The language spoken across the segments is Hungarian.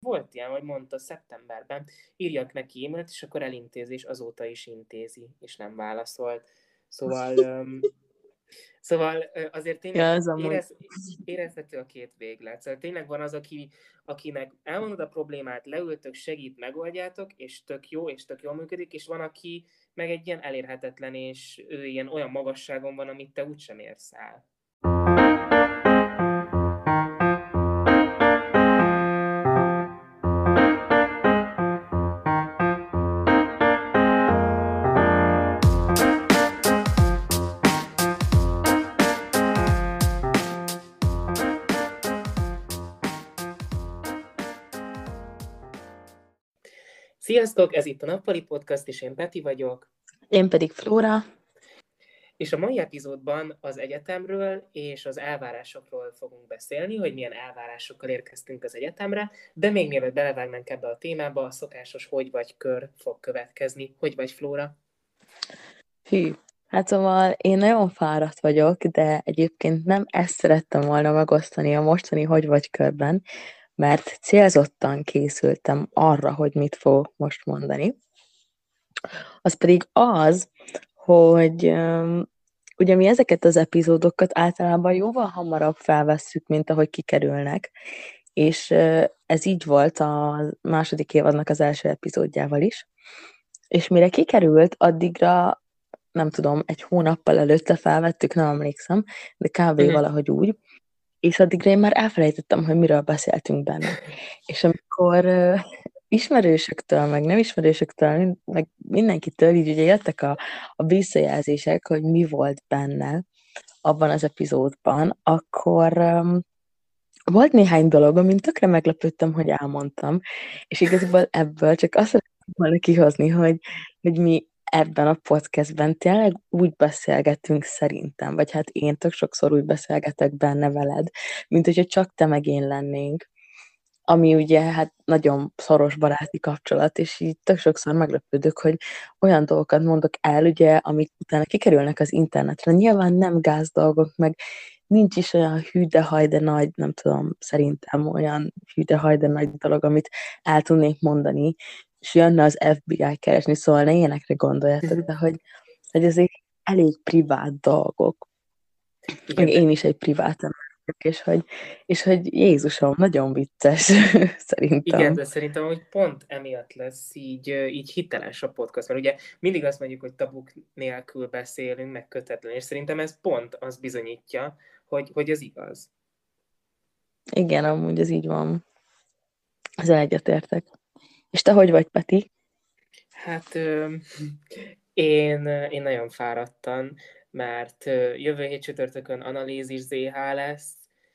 volt ilyen, hogy mondta szeptemberben, írjak neki e-mailt, és akkor elintézi, és azóta is intézi, és nem válaszolt. Szóval azért Ja, tényleg ez amúgy. érezhető a két véglet. Szóval tényleg van az, akinek elmondod a problémát, leültök, segít, megoldjátok, és tök jó, és tök jól működik, és van, aki meg egy ilyen elérhetetlen, és ő ilyen olyan magasságon van, amit te úgysem érsz el. Sziasztok, ez itt a Nappali Podcast, és én Peti vagyok. Én pedig Flóra. És a mai epizódban az egyetemről és az elvárásokról fogunk beszélni, hogy milyen elvárásokkal érkeztünk az egyetemre, de még mielőtt belevágnánk ebbe a témába, a szokásos hogy vagy kör fog következni. Hogy vagy, Flóra? Hű, hát szóval én nagyon fáradt vagyok, de egyébként nem ezt szerettem volna megosztani a mostani hogy vagy körben, mert célzottan készültem arra, hogy mit fogok most mondani. Az pedig az, hogy ugye mi ezeket az epizódokat általában jóval hamarabb felvesszük, mint ahogy kikerülnek, és ez így volt a második évadnak az első epizódjával is, és mire kikerült, addigra nem tudom, egy hónappal előtte felvettük, nem emlékszem, de kb. Valahogy úgy, és addigra én már elfelejtettem, hogy miről beszéltünk benne. És amikor ismerősöktől, meg nem ismerősöktől, meg mindenkitől így ugye jöttek a visszajelzések, hogy mi volt benne abban az epizódban, akkor volt néhány dolog, amin tökre meglepődtem, hogy elmondtam, és igazából ebből csak azt szeretném volna kihozni, hogy mi ebben a podcastben tényleg úgy beszélgetünk szerintem, vagy hát én tök sokszor úgy beszélgetek benne veled, mint hogyha csak te meg én lennénk, ami ugye hát nagyon szoros baráti kapcsolat, és így tök sokszor meglepődök, hogy olyan dolgokat mondok el, ugye, amik utána kikerülnek az internetre. Nyilván nem gáz dolgok, meg nincs is olyan hű de haj de nagy, nem tudom, szerintem olyan hű de haj de nagy dolog, amit el tudnék mondani, és jönne az FBI keresni, szóval ne ilyenekre gondoljatok, de hogy ezek elég privát dolgok. Igen, meg én is egy privát ember vagyok, és hogy Jézusom, nagyon vicces, szerintem. Igen, de szerintem, hogy pont emiatt lesz így hiteles a podcast, mert ugye mindig azt mondjuk, hogy tabuk nélkül beszélünk, meg kötetlen, és szerintem ez pont azt bizonyítja, hogy ez igaz. Igen, amúgy ez így van. Ezzel egyetértek. És te hogy vagy, Peti? Hát én nagyon fáradtan, mert jövő hét csütörtökön analízis ZH lesz,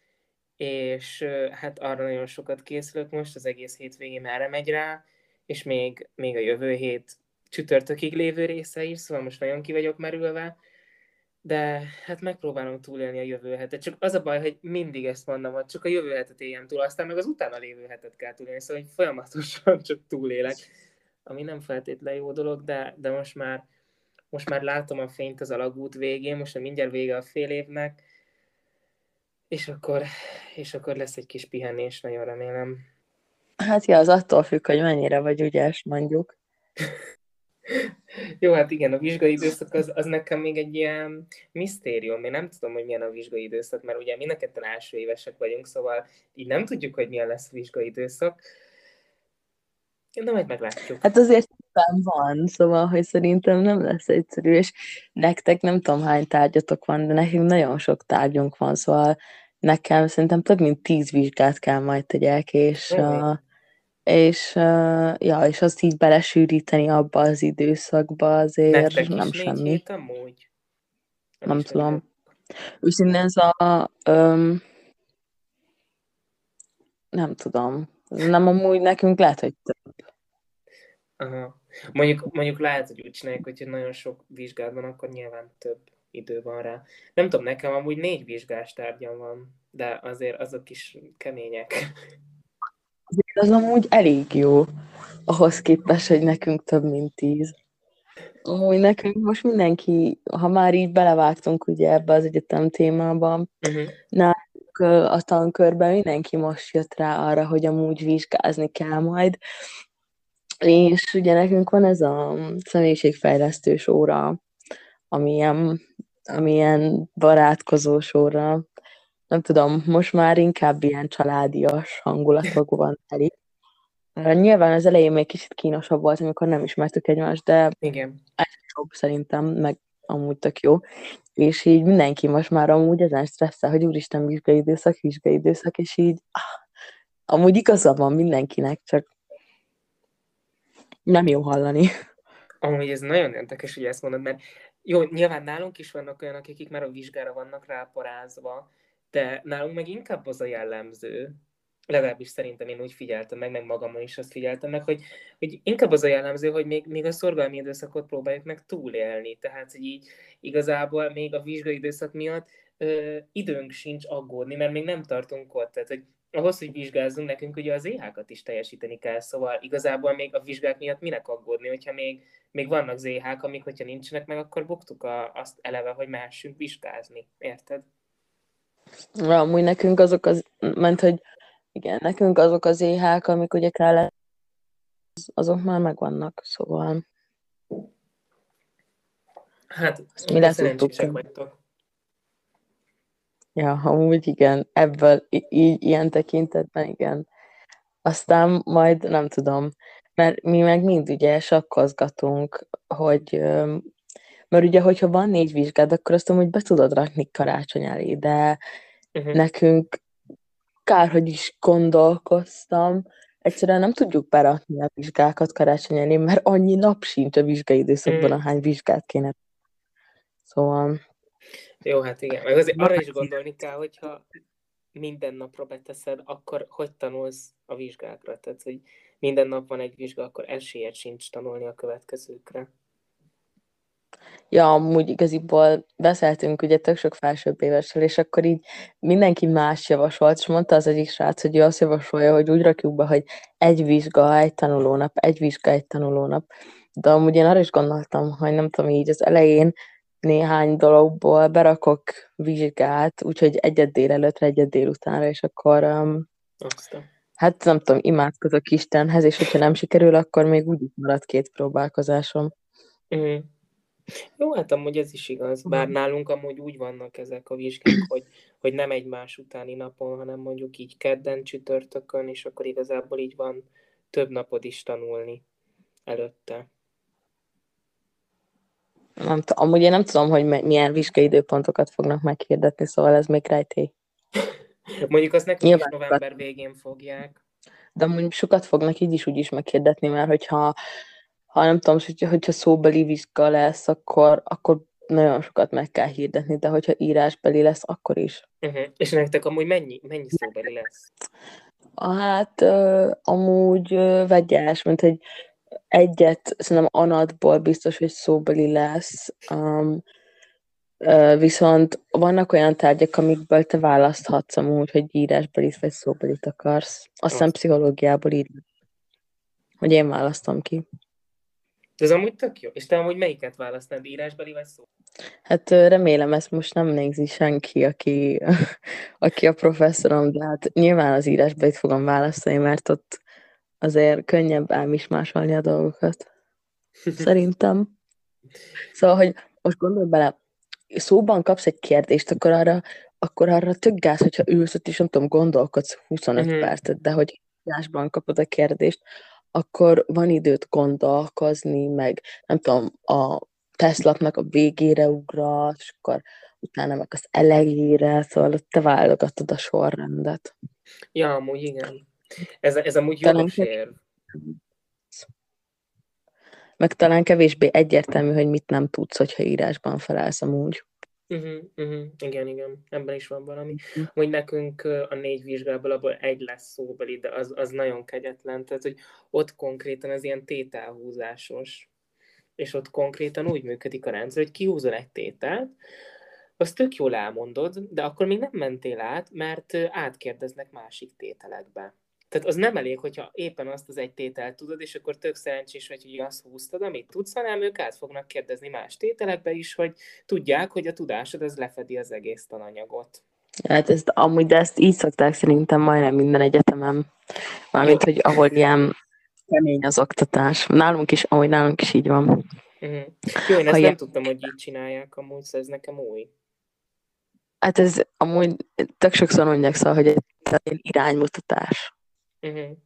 és hát arra nagyon sokat készülök most, az egész hétvégén erre megy rá, és még a jövő hét csütörtökig lévő része is, szóval most nagyon ki vagyok merülve, de hát megpróbálom túlélni a jövő hetet. Csak az a baj, hogy mindig ezt mondom, hogy csak a jövő hetet éljem túl, aztán meg az utána lévő hetet kell túlélni, szóval hogy folyamatosan csak túlélek, ami nem feltétlenül jó dolog, de most már látom a fényt az alagút végén, most mindjárt vége a fél évnek, és akkor lesz egy kis pihenés, nagyon remélem. Hát ja, az attól függ, hogy mennyire vagy ügyes, mondjuk. Jó, hát igen, a vizsgai időszak az nekem még egy ilyen misztérium. Én nem tudom, hogy milyen a vizsgai időszak, mert ugye mind a ketten első évesek vagyunk, szóval így nem tudjuk, hogy milyen lesz a vizsgai időszak. De majd meglátjuk. Hát azért van, szóval, hogy szerintem nem lesz egyszerű, és nektek nem tudom hány tárgyatok van, de nekünk nagyon sok tárgyunk van, szóval nekem szerintem több mint 10 vizsgát kell majd tegyek, és azt így belesűríteni abba az időszakba azért Nektek nem is 4 semmi. hét amúgy? Nem tudom. Őszintén ez nem tudom. Nem amúgy nekünk lehet, hogy több. Aha. Mondjuk lehet, hogy úgy csinálják, hogyha nagyon sok vizsgád van, akkor nyilván több idő van rá. Nem tudom, nekem amúgy 4 vizsgás tárgyam van, de azért azok is kemények. Az amúgy elég jó, ahhoz képest, hogy nekünk több mint 10. Amúgy nekünk most mindenki, ha már így belevágtunk ugye ebbe az egyetem témába, a tankörben mindenki most jött rá arra, hogy amúgy vizsgázni kell majd. És ugye nekünk van ez a személyiségfejlesztős óra, amilyen barátkozós óra. Nem tudom, most már inkább ilyen családias hangulatokban telik. Nyilván az elején még kicsit kínosabb volt, amikor nem ismertük egymást, de Igen. jobb szerintem, meg amúgy tök jó. És így mindenki most már amúgy ezen stresszel, hogy úristen, vizsgai időszak, és így amúgy igaza van mindenkinek, csak nem jó hallani. Amúgy ez nagyon érdekes, hogy ezt mondod, mert jó, nyilván nálunk is vannak olyanok, akik már a vizsgára vannak ráparázva, de nálunk meg inkább az a jellemző, legalábbis szerintem én úgy figyeltem meg magamon is azt figyeltem meg, hogy inkább az a jellemző, hogy még a szorgalmi időszakot próbáljuk meg túlélni. Tehát, hogy így igazából még a vizsgai időszak miatt időnk sincs aggódni, mert még nem tartunk ott. Tehát, hogy ahhoz, hogy vizsgázzunk, nekünk ugye az EH-kat is teljesíteni kell, szóval igazából még a vizsgák miatt minek aggódni, hogyha még vannak ZH-k, amik, hogyha nincsenek meg, akkor buktuk azt eleve, hogy mehessünk vizsgázni. Érted? Amúgy nekünk hogy igen, nekünk azok az EH-k, amik ugye kellett, azok már megvannak, szóval Hát, mi akkor letudtuk. szerencsések vagytok. Ja, amúgy igen, ebből így ilyen tekintetben igen. Aztán majd nem tudom, mert mi meg mind ugye sakkozgatunk, hogy mert ugye, hogyha van 4 vizsgád, akkor azt amúgy be tudod rakni karácsony elé, de nekünk kárhogy is gondolkoztam, egyszerűen nem tudjuk berakni a vizsgákat karácsony elé, mert annyi nap sincs a vizsgai időszakban, ahány vizsgát kéne. Szóval... Jó, hát igen. Meg azért arra is gondolni kell, hogyha minden napra beteszed, akkor hogy tanulsz a vizsgákra? Tehát, hogy minden nap van egy vizsga, akkor esélyed sincs tanulni a következőkre. Ja, amúgy igaziból beszéltünk ugye tök sok felsőbb évessel, és akkor így mindenki más javasolt, és mondta az egyik srác, hogy ő azt javasolja, hogy úgy rakjuk be, hogy egy vizsga, egy tanulónap, egy vizsga, egy tanulónap. De amúgy én arra is gondoltam, hogy nem tudom, így az elején néhány dologból berakok vizsgát, úgyhogy egyet délelőttre, egyet délutánra, és akkor hát nem tudom, imádkozok Istenhez, és hogyha nem sikerül, akkor még úgy marad 2 próbálkozásom. Jó, hát amúgy ez is igaz. Bár nálunk amúgy úgy vannak ezek a vizsgák, hogy nem egymás utáni napon, hanem mondjuk így kedden, csütörtökön, és akkor igazából így van több napod is tanulni előtte. Amúgy én nem tudom, hogy milyen vizsgai időpontokat fognak meghirdetni, szóval ez még rejtély. Mondjuk azt nekünk nyilván is november végén fogják. De mondjuk sokat fognak így is úgy is meghirdetni, mert hogyha nem tudom, hogyha szóbeli vizsga lesz, akkor nagyon sokat meg kell hirdetni, de hogyha írásbeli lesz, akkor is. És nektek amúgy mennyi szóbeli lesz? Hát amúgy vegyes, mint hogy egyet, szerintem anatból biztos, hogy szóbeli lesz. Viszont vannak olyan tárgyak, amikből te választhatsz amúgy, hogy írásbelit vagy szóbelit akarsz. Aztán pszichológiából így, hogy én választom ki. De ez amúgy tök jó. És te amúgy melyiket választnád, írásbeli vagy szó? Hát remélem ezt most nem nézi senki, aki a professzorom, de hát nyilván az írásbelit fogom választani, mert ott azért könnyebb elmismásolni a dolgokat. Szerintem. Szóval, hogy most gondolj bele, szóban kapsz egy kérdést, akkor arra tök gáz, hogyha ülsz ott, és nem tudom, gondolkodsz 25 percet, de hogy írásban kapod a kérdést, akkor van időt gondolkozni, meg nem tudom, a tesztlapnak a végére ugrat, és akkor utána meg az elejére, szóval ott te válogatod a sorrendet. Ja, amúgy igen. Ez amúgy jogos érv. Meg talán kevésbé egyértelmű, hogy mit nem tudsz, hogyha írásban felelsz amúgy. Igen, ebben is van valami. Hogy nekünk a 4 vizsgából abból egy lesz szóbeli, de az nagyon kegyetlen. Tehát, hogy ott konkrétan az ilyen tételhúzásos. És ott konkrétan úgy működik a rendszer, hogy kihúzol egy tételt, azt tök jól elmondod, de akkor még nem mentél át, mert átkérdeznek másik tételekbe. Tehát az nem elég, hogyha éppen azt az egy tételt tudod, és akkor tök szerencsés vagy, hogy azt húztad, amit tudsz, hanem ők át fognak kérdezni más tételekbe is, hogy tudják, hogy a tudásod az lefedi az egész tananyagot. Hát ezt amúgy, de ezt így szokták szerintem majdnem minden egyetemen. Jó. Mármint, hogy ahol ilyen kemény az oktatás. Nálunk is így van. Uh-huh. Jó, én Ha ezt ilyen, nem tudtam, hogy így csinálják amúgy, szóval ez nekem új. hát ez amúgy tök sokszor mondják, szóval, hogy ez ilyen iránymutatás. Uh-huh.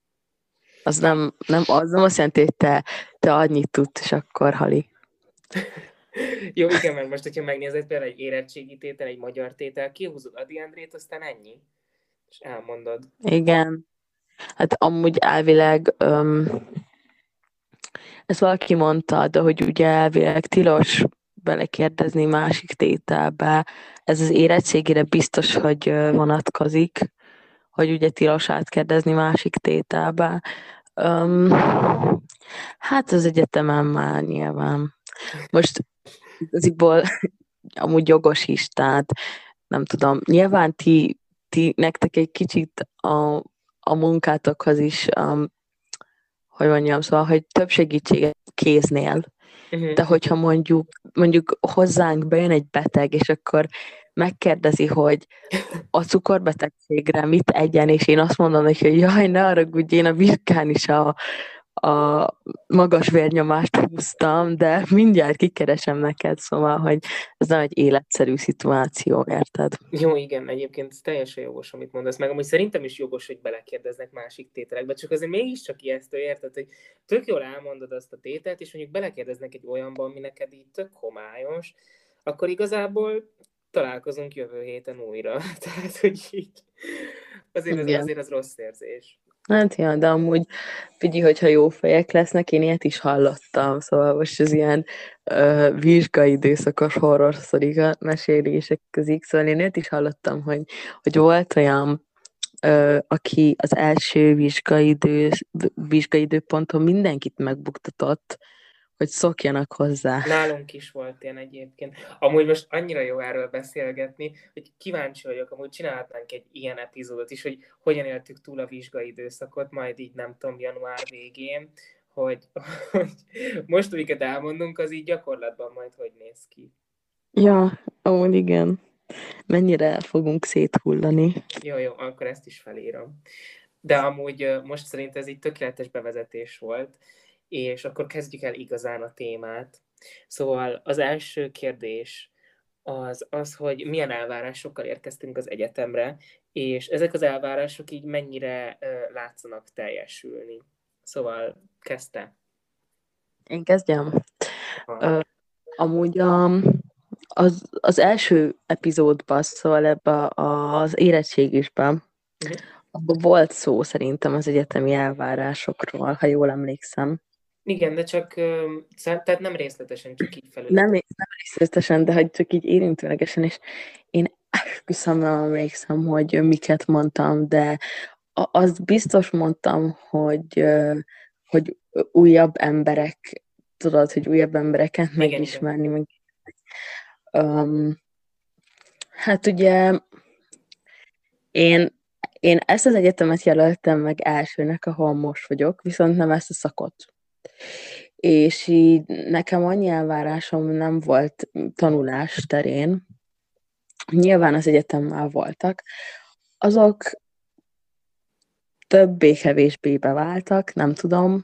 Az nem azt jelenti, hogy te annyit tudsz, és akkor hali. Jó, igen, mert most, hogyha megnézed például egy érettségi tétel, egy magyar tétel, kihúzod Adi Endrét, aztán ennyi. És elmondod. Igen. Hát amúgy elvileg ezt valaki mondta, de hogy ugye elvileg tilos belekérdezni másik tételbe. Ez az érettségére biztos, hogy vonatkozik, hogy ugye tilos átkérdezni másik tételbe. Um, hát az egyetemen már nyilván. Most igaziból amúgy jogos is, tehát nem tudom, nyilván nektek egy kicsit a munkátokhoz is, hogy mondjam, szóval, hogy több segítséget kéznél, de hogyha mondjuk hozzánk bejön egy beteg, és akkor megkérdezi, hogy a cukorbetegségre mit egyen, és én azt mondom neki, hogy jaj, ne haragudj, én a vizsgán is a magas vérnyomást húztam, de mindjárt kikeresem neked, szóval, hogy ez nem egy életszerű szituáció, érted? Jó, igen, egyébként ez teljesen jogos, amit mondasz, meg amúgy szerintem is jogos, hogy belekérdeznek másik tételekbe, csak azért mégiscsak ijesztő, érted, hogy tök jól elmondod azt a tételt, és mondjuk belekérdeznek egy olyanban, ami neked így tök homályos, akkor igazából találkozunk jövő héten újra. Tehát, hogy így Igen. azért az rossz érzés. Hát ja, de amúgy figyelj, hogyha jó fejek lesznek, én ilyet is hallottam, szóval most az ilyen vizsgai időszakos horror sztorikat mesélések közik, szóval én ilyet is hallottam, hogy volt olyan, aki az első vizsgai időponton mindenkit megbuktatott, hogy szokjanak hozzá. Nálunk is volt ilyen egyébként. Amúgy most annyira jó erről beszélgetni, hogy kíváncsi vagyok, amúgy csinálhatnánk egy ilyen epizódot is, hogy hogyan éltük túl a vizsgai időszakot, majd így nem tudom, január végén, hogy, hogy most, amiket elmondunk, az így gyakorlatban majd hogy néz ki. Ja, amúgy igen. Mennyire fogunk széthullani. Jó, akkor ezt is felírom. De amúgy most szerint ez így tökéletes bevezetés volt, és akkor kezdjük el igazán a témát. Szóval az első kérdés az, hogy milyen elvárásokkal érkeztünk az egyetemre, és ezek az elvárások így mennyire látszanak teljesülni. Szóval kezdte. Én kezdjem. Amúgy az első epizódban, szóval ebbe az érettségizben, abban volt szó szerintem az egyetemi elvárásokról, ha jól emlékszem. Igen, de csak tehát nem részletesen, csak így felül. Nem részletesen, de hogy csak így érintőlegesen, és én esküszöm, nem emlékszem, hogy miket mondtam, de azt biztos mondtam, hogy újabb emberek, tudod, hogy újabb embereket megismerni, meg hát ugye én ezt az egyetemet jelöltem meg elsőnek, ahol most vagyok, viszont nem ezt a szakot. És így nekem annyi elvárásom nem volt tanulás terén. Nyilván az egyetemmel voltak. Azok többé-kevésbé beváltak, nem tudom.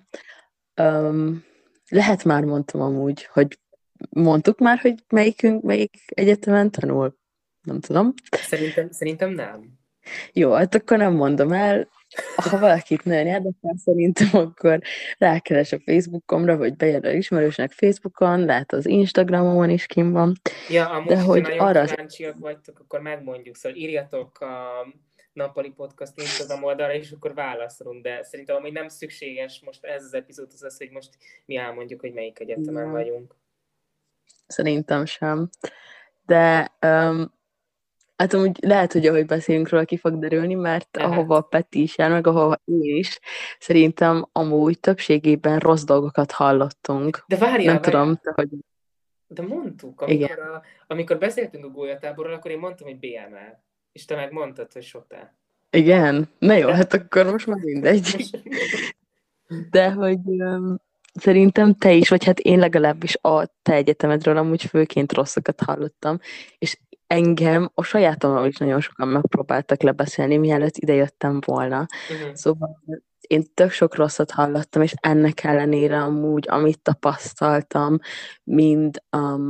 Lehet már mondtam amúgy, hogy mondtuk már, hogy melyik egyetemen tanul. Nem tudom. Szerintem nem. Jó, hát akkor nem mondom el. Ha valakit nagyon érdekel, szerintem akkor rákeres a Facebookomra, vagy bejelöl ismerősnek Facebookon, lehet az Instagramon is kim van. Ja, amúgy, de hogy nagyon arra kíváncsiak vagytok, akkor megmondjuk. Szóval írjatok a Nappali Podcast Instagram oldalra, és akkor válaszolunk, de szerintem amúgy nem szükséges most ez az epizód az, hogy most mi elmondjuk, hogy melyik egyetemen vagyunk. Szerintem sem. De hát amúgy lehet, hogy ahogy beszélünk róla, ki fog derülni, mert ahova Peti is jár, meg ahova én is, szerintem amúgy többségében rossz dolgokat hallottunk. De várjál, tudom, hogy... De mondtuk, amikor beszéltünk a gólyatáborról, akkor én mondtam, hogy BML. És te meg mondtad, hogy Sotá. Igen? Na jó, hát akkor most már mindegy. De hogy szerintem te is, vagy hát én legalábbis a te egyetemedről amúgy főként rosszakat hallottam, és engem a sajátomról is nagyon sokan megpróbáltak lebeszélni, mielőtt idejöttem volna. Uh-huh. Szóval én tök sok rosszat hallottam, és ennek ellenére amúgy, amit tapasztaltam, mind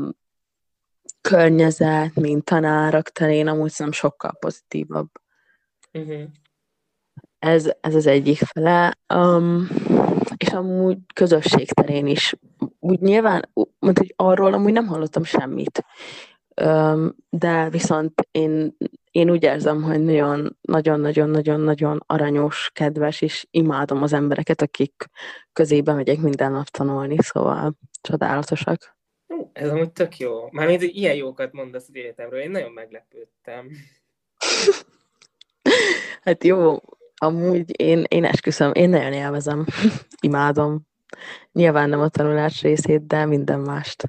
környezet, mind tanárok terén, amúgy szerintem sokkal pozitívabb. Uh-huh. Ez az egyik fele. És amúgy közösség terén is. Úgy nyilván, mondta, hogy arról amúgy nem hallottam semmit. De viszont én úgy érzem, hogy nagyon-nagyon-nagyon-nagyon aranyos, kedves, és imádom az embereket, akik közébe megyek minden nap tanulni, szóval csodálatosak. Ez amúgy tök jó. Mármint, hogy ilyen jókat mondasz az életemről, én nagyon meglepődtem. Hát jó, amúgy én esküszöm, én nagyon élvezem, imádom. Nyilván nem a tanulás részét, de minden mást.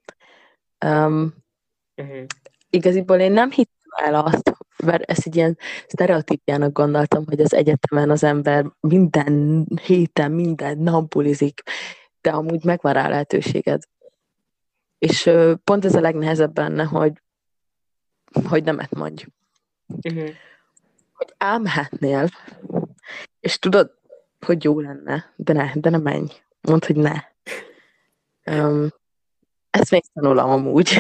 Igaziból én nem hittem el azt, mert ezt egy ilyen sztereotípjának gondoltam, hogy az egyetemen az ember minden héten, minden nap bulizik, de amúgy megvan rá lehetőséged. És pont ez a legnehezebb benne, hogy nemet mondj. Hogy elmehetnél, és tudod, hogy jó lenne, de ne menj. Mondd, hogy ne. Ezt még tanulom amúgy.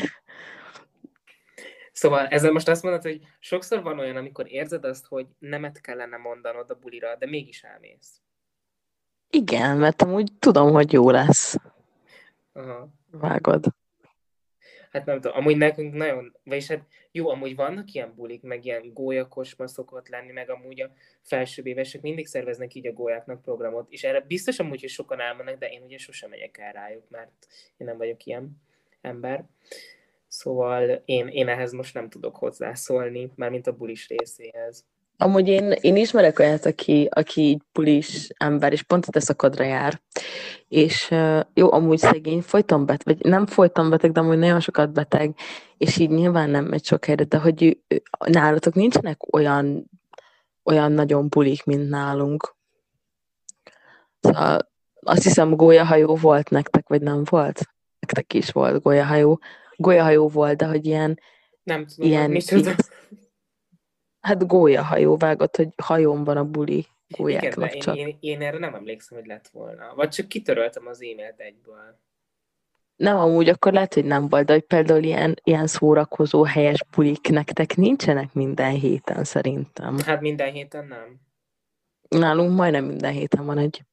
Szóval ezzel most azt mondod, hogy sokszor van olyan, amikor érzed azt, hogy nemet kellene mondanod a bulira, de mégis elmész. Igen, mert amúgy tudom, hogy jó lesz. Aha. Vágod. Hát nem tudom, amúgy nekünk nagyon, vagyis hát jó, amúgy vannak ilyen bulik, meg ilyen gólyakosma szokott lenni, meg amúgy a felsőbb évesek mindig szerveznek így a gólyáknak programot, és erre biztos amúgy, hogy sokan elmennek, de én ugye sosem megyek el rájuk, mert én nem vagyok ilyen ember. Szóval én ehhez most nem tudok hozzászólni, mármint a bulis részéhez. Amúgy én ismerek olyat, aki bulis ember, és pont a te szakadra jár. És jó, amúgy szegény, folyton beteg, vagy nem folyton beteg, de amúgy nagyon sokat beteg, és így nyilván nem megy sok helyre, de hogy nálatok nincsenek olyan nagyon bulik, mint nálunk. Szóval azt hiszem, gólyahajó volt nektek, vagy nem volt? Nektek is volt gólyahajó. Gólyahajó volt, de hogy ilyen... Nem tudom, ilyen, micsoda. Hát gólyahajó, vágott, hogy hajón van a buli. Igen, de én erre nem emlékszem, hogy lett volna. Vagy csak kitöröltem az e-mailt egyből. Nem, amúgy akkor lehet, hogy nem volt, de hogy például ilyen szórakozó helyes bulik nektek nincsenek minden héten szerintem. Hát minden héten nem. Nálunk majdnem minden héten van egy.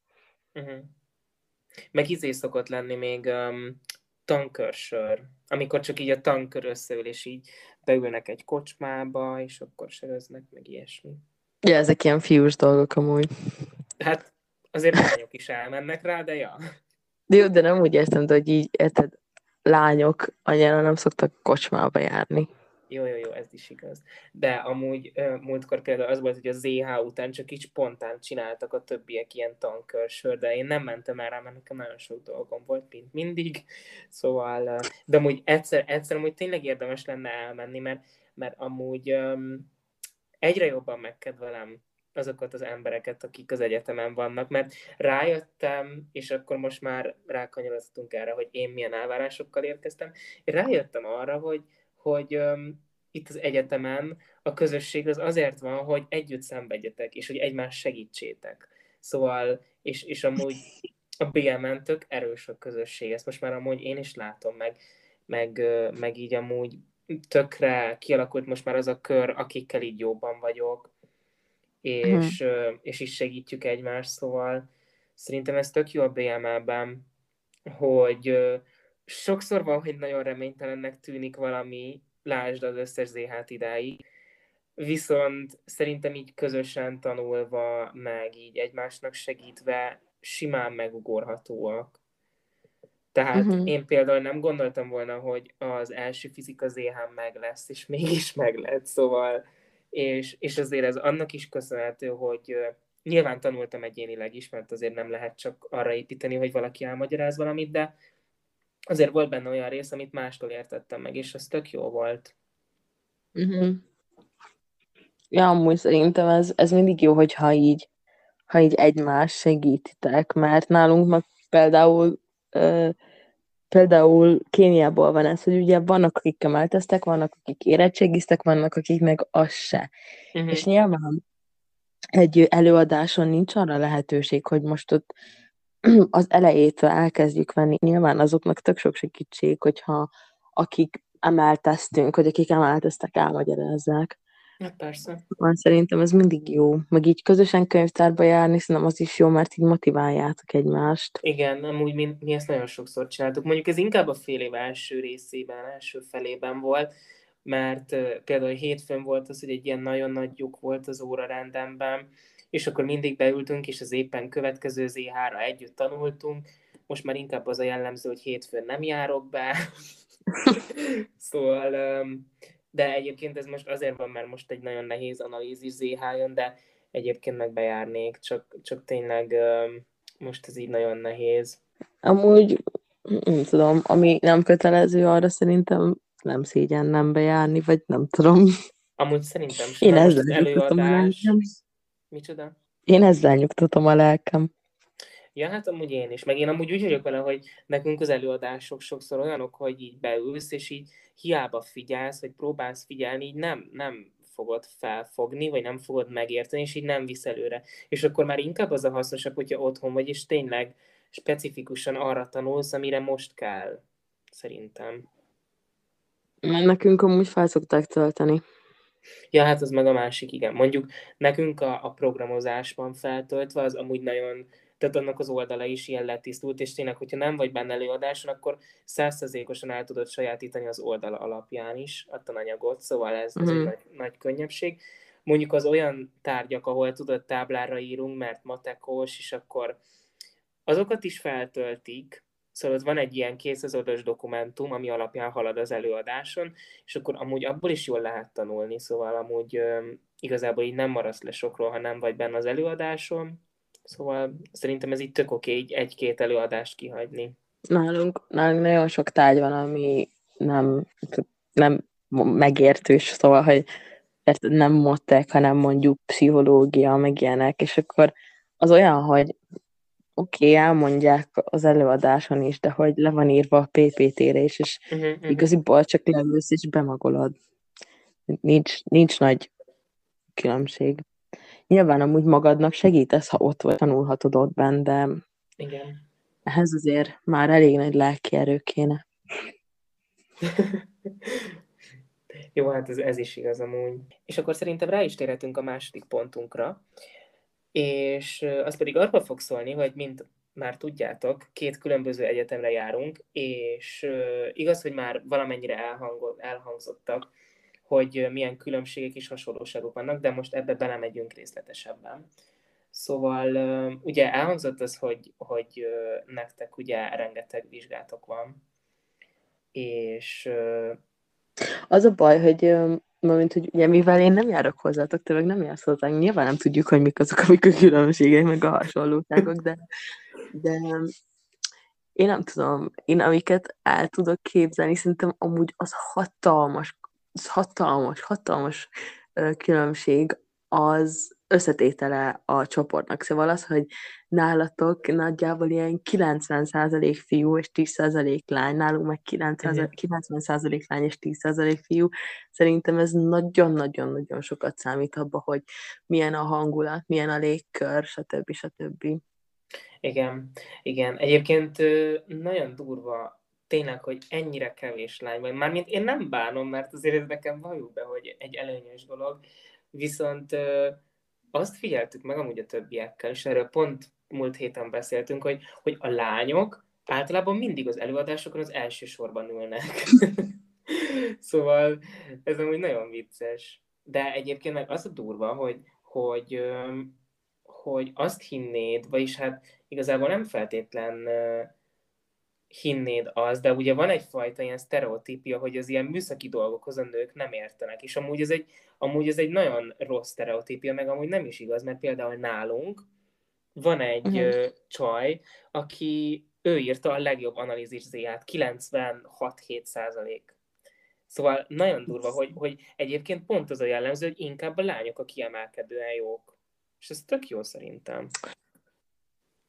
Meg szokott lenni még tankörsör, amikor csak így a tankör összeül, és így beülnek egy kocsmába, és akkor söröznek, meg ilyesmi. Ja, ezek ilyen fiús dolgok amúgy. Hát azért lányok is elmennek rá, de ja. De jó, de nem úgy értem, de hogy így, érted, lányok annyira nem szoktak kocsmába járni. Jó, ez is igaz. De amúgy múltkor például az volt, hogy a ZH után csak így spontán csináltak a többiek ilyen tankörsör, de én nem mentem el rá, mert nekem nagyon sok dolgom volt, mint mindig. Szóval, de amúgy egyszer amúgy tényleg érdemes lenne elmenni, mert amúgy egyre jobban megkedvelem azokat az embereket, akik az egyetemen vannak, mert rájöttem, és akkor most már rákanyarodtunk erre, hogy én milyen elvárásokkal érkeztem, én rájöttem arra, hogy itt az egyetemen a közösség az azért van, hogy együtt szenvedjetek, és hogy egymást segítsétek. Szóval, és amúgy a BM-en tök erős a közösség, ezt most már amúgy én is látom, meg így amúgy tökre kialakult most már az a kör, akikkel így jobban vagyok, és is segítjük egymást, szóval szerintem ez tök jó a BML-ben, hogy sokszor van, hogy nagyon reménytelennek tűnik valami, lásd az összes ZH-t idáig, viszont szerintem így közösen tanulva, meg így egymásnak segítve simán megugorhatóak. Tehát én például nem gondoltam volna, hogy az első fizika ZH meg lesz, és mégis meg lett, szóval és azért ez annak is köszönhető, hogy nyilván tanultam egyénileg is, mert azért nem lehet csak arra építeni, hogy valaki elmagyaráz valamit, de azért volt benne olyan rész, amit mástól értettem meg, és az tök jó volt. Ja, amúgy szerintem ez mindig jó, hogyha így egymás segítitek, mert nálunk meg például például Kéniából van ez, hogy ugye vannak, akik kemelteztek, vannak, akik érettségiztek, vannak, akik meg az se. És Uh-huh. nyilván egy előadáson nincs arra lehetőség, hogy most ott az elejétől elkezdjük venni. Nyilván azoknak tök sok segítség, hogyha akik emelteztünk, vagy akik emelteztek, elmagyarázzák. Hát persze. Van, szerintem ez mindig jó. Meg így közösen könyvtárba járni, szerintem az is jó, mert így motiváljátok egymást. Igen, amúgy mi ezt nagyon sokszor csináltuk. Mondjuk ez inkább a fél év első részében, első felében volt, mert például hétfőn volt az, hogy egy ilyen nagyon nagy lyuk volt az órarendemben, és akkor mindig beültünk, és az éppen következő ZH-ra együtt tanultunk. Most már inkább az a jellemző, hogy hétfőn nem járok be. Szóval, de egyébként ez most azért van, mert most egy nagyon nehéz analízis ZH jön, de egyébként meg bejárnék, csak tényleg most ez így nagyon nehéz. Amúgy, nem tudom, ami nem kötelező, arra szerintem nem szégyen nem bejárni, vagy nem tudom. Amúgy szerintem sem, Én mert most ezzel az nyugtatom a lelkem. előadás... Micsoda? Én ezzel nyugtatom a lelkem. Ja, hát amúgy én is. Meg én amúgy úgy vagyok vele, hogy nekünk az előadások sokszor olyanok, hogy így beülsz, és így hiába figyelsz, vagy próbálsz figyelni, így nem fogod felfogni, vagy nem fogod megérteni, és így nem visz előre. És akkor már inkább az a hasznosabb, hogyha otthon vagy, és tényleg specifikusan arra tanulsz, amire most kell. Szerintem. Mert nekünk amúgy fel szokták tölteni. Ja, hát az meg a másik, igen. Mondjuk nekünk a programozás van feltöltve, az amúgy nagyon, tehát annak az oldala is ilyen letisztult, és tényleg, hogyha nem vagy benne előadáson, akkor 100%-osan el tudod sajátítani az oldala alapján is a tananyagot, szóval ez egy nagy könnyebbség. Mondjuk az olyan tárgyak, ahol tudod táblára írunk, mert matekos, és akkor azokat is feltöltik, szóval ott van egy ilyen 200 oldalas dokumentum, ami alapján halad az előadáson, és akkor amúgy abból is jól lehet tanulni, szóval amúgy igazából így nem maradsz le sokról, ha nem vagy benne az előadáson, szóval szerintem ez így tök oké, így egy-két előadást kihagyni. Nálunk nagyon sok tárgy van, ami nem megértős, szóval, hogy nem matek, hanem mondjuk pszichológia, meg ilyenek, és akkor az olyan, hogy oké, elmondják az előadáson is, de hogy le van írva a PPT-re is, és igaziból csak leülsz és bemagolod. Nincs nagy különbség. Nyilván amúgy magadnak segítesz, ha ott vagy, tanulhatod ott benn, de Igen. ehhez azért már elég nagy lelki erő kéne. Jó, hát ez is igaz amúgy. És akkor szerintem rá is térhetünk a második pontunkra, és az pedig arról fog szólni, hogy mint már tudjátok, két különböző egyetemre járunk, és igaz, hogy már valamennyire elhangzottak, hogy milyen különbségek és hasonlóságok vannak, de most ebbe belemegyünk részletesebben. Szóval ugye elhangzott az, hogy nektek ugye rengeteg vizsgátok van, és Az a baj, hogy hogy ugye, mivel én nem járok hozzátok, te meg nem jársz hozzánk, nyilván nem tudjuk, hogy mik azok, amik a különbségek, meg a hasonlóságok, de én nem tudom, én amiket el tudok képzelni, szerintem amúgy az hatalmas különbség az összetétele a csoportnak. Szóval az, hogy nálatok nagyjából ilyen 90% fiú és 10% lány, nálunk meg 90% lány és 10% fiú. Szerintem ez nagyon-nagyon-nagyon sokat számít abba, hogy milyen a hangulat, milyen a légkör, stb. Igen, igen. Egyébként nagyon durva tényleg, hogy ennyire kevés lány van. Mármint én nem bánom, mert azért ez nekem valljuk be, hogy egy előnyös dolog. Viszont azt figyeltük meg amúgy a többiekkel, és erről pont múlt héten beszéltünk, hogy a lányok általában mindig az előadásokon az első sorban ülnek. Szóval ez amúgy nagyon vicces. De egyébként meg az a durva, hogy azt hinnéd, vagyis hát igazából nem feltétlen hinnéd az, de ugye van egyfajta ilyen sztereotípia, hogy az ilyen műszaki dolgokhoz a nők nem értenek, és amúgy ez egy nagyon rossz sztereotípia, meg amúgy nem is igaz, mert például nálunk van egy csaj, aki ő írta a legjobb analízis Z-át, 96-7%. Szóval nagyon durva, hogy egyébként pont az a jellemző, hogy inkább a lányok a kiemelkedően jók. És ez tök jó szerintem.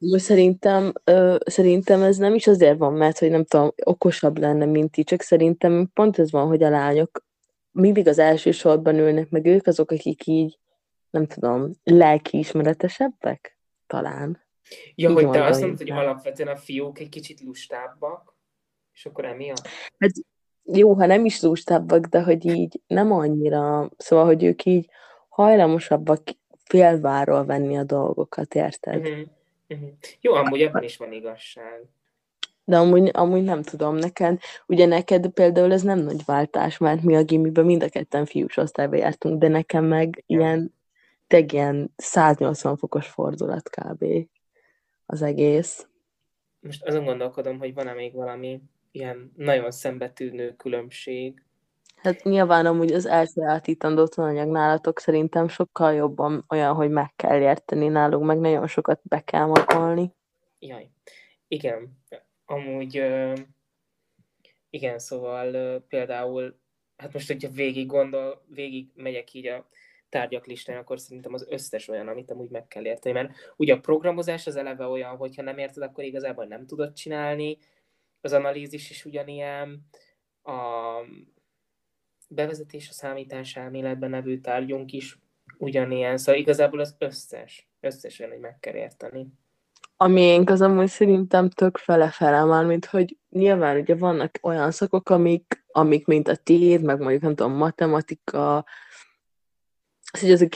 Most szerintem ez nem is azért van, mert hogy nem tudom, okosabb lenne, mint ti, csak szerintem pont ez van, hogy a lányok mindig az első sorban ülnek, meg ők azok, akik így, nem tudom, lelkiismeretesebbek? Talán. Ja, Így hogy te mondom azt mondod, hogy inkább. alapvetően a fiúk egy kicsit lustábbak, és akkor emiatt? Hát jó, ha nem is lústábbak, de hogy így nem annyira, szóval, hogy ők így hajlamosabbak félváról venni a dolgokat, érted? Uh-huh. Uh-huh. Jó, amúgy ebben is van igazság. De amúgy nem tudom, ugye neked például ez nem nagy váltás, mert mi a gimiben mind a ketten fiús osztályba jártunk, de nekem meg Igen. ilyen 180 fokos fordulat kb. Az egész. Most azon gondolkodom, hogy van-e még valami ilyen nagyon szembetűnő különbség. Hát nyilván amúgy az elsajátítandó tananyag nálatok szerintem sokkal jobban olyan, hogy meg kell érteni, nálunk meg nagyon sokat be kell magolni. Jaj. Igen. Amúgy igen, szóval például, hát most, hogyha végig megyek így a tárgyak listán, akkor szerintem az összes olyan, amit amúgy meg kell érteni. Mert ugye a programozás az eleve olyan, hogyha nem érted, akkor igazából nem tudod csinálni. Az analízis is ugyanilyen. A bevezetés a számítás elméletben nevű tárgyunk is ugyanilyen. Szóval igazából az összes olyan, hogy meg kell érteni. A miénk az amúgy szerintem tök fele-fele már, mint hogy nyilván ugye vannak olyan szakok, amik mint a tiéd, meg mondjuk nem tudom, matematika, az, hogy azok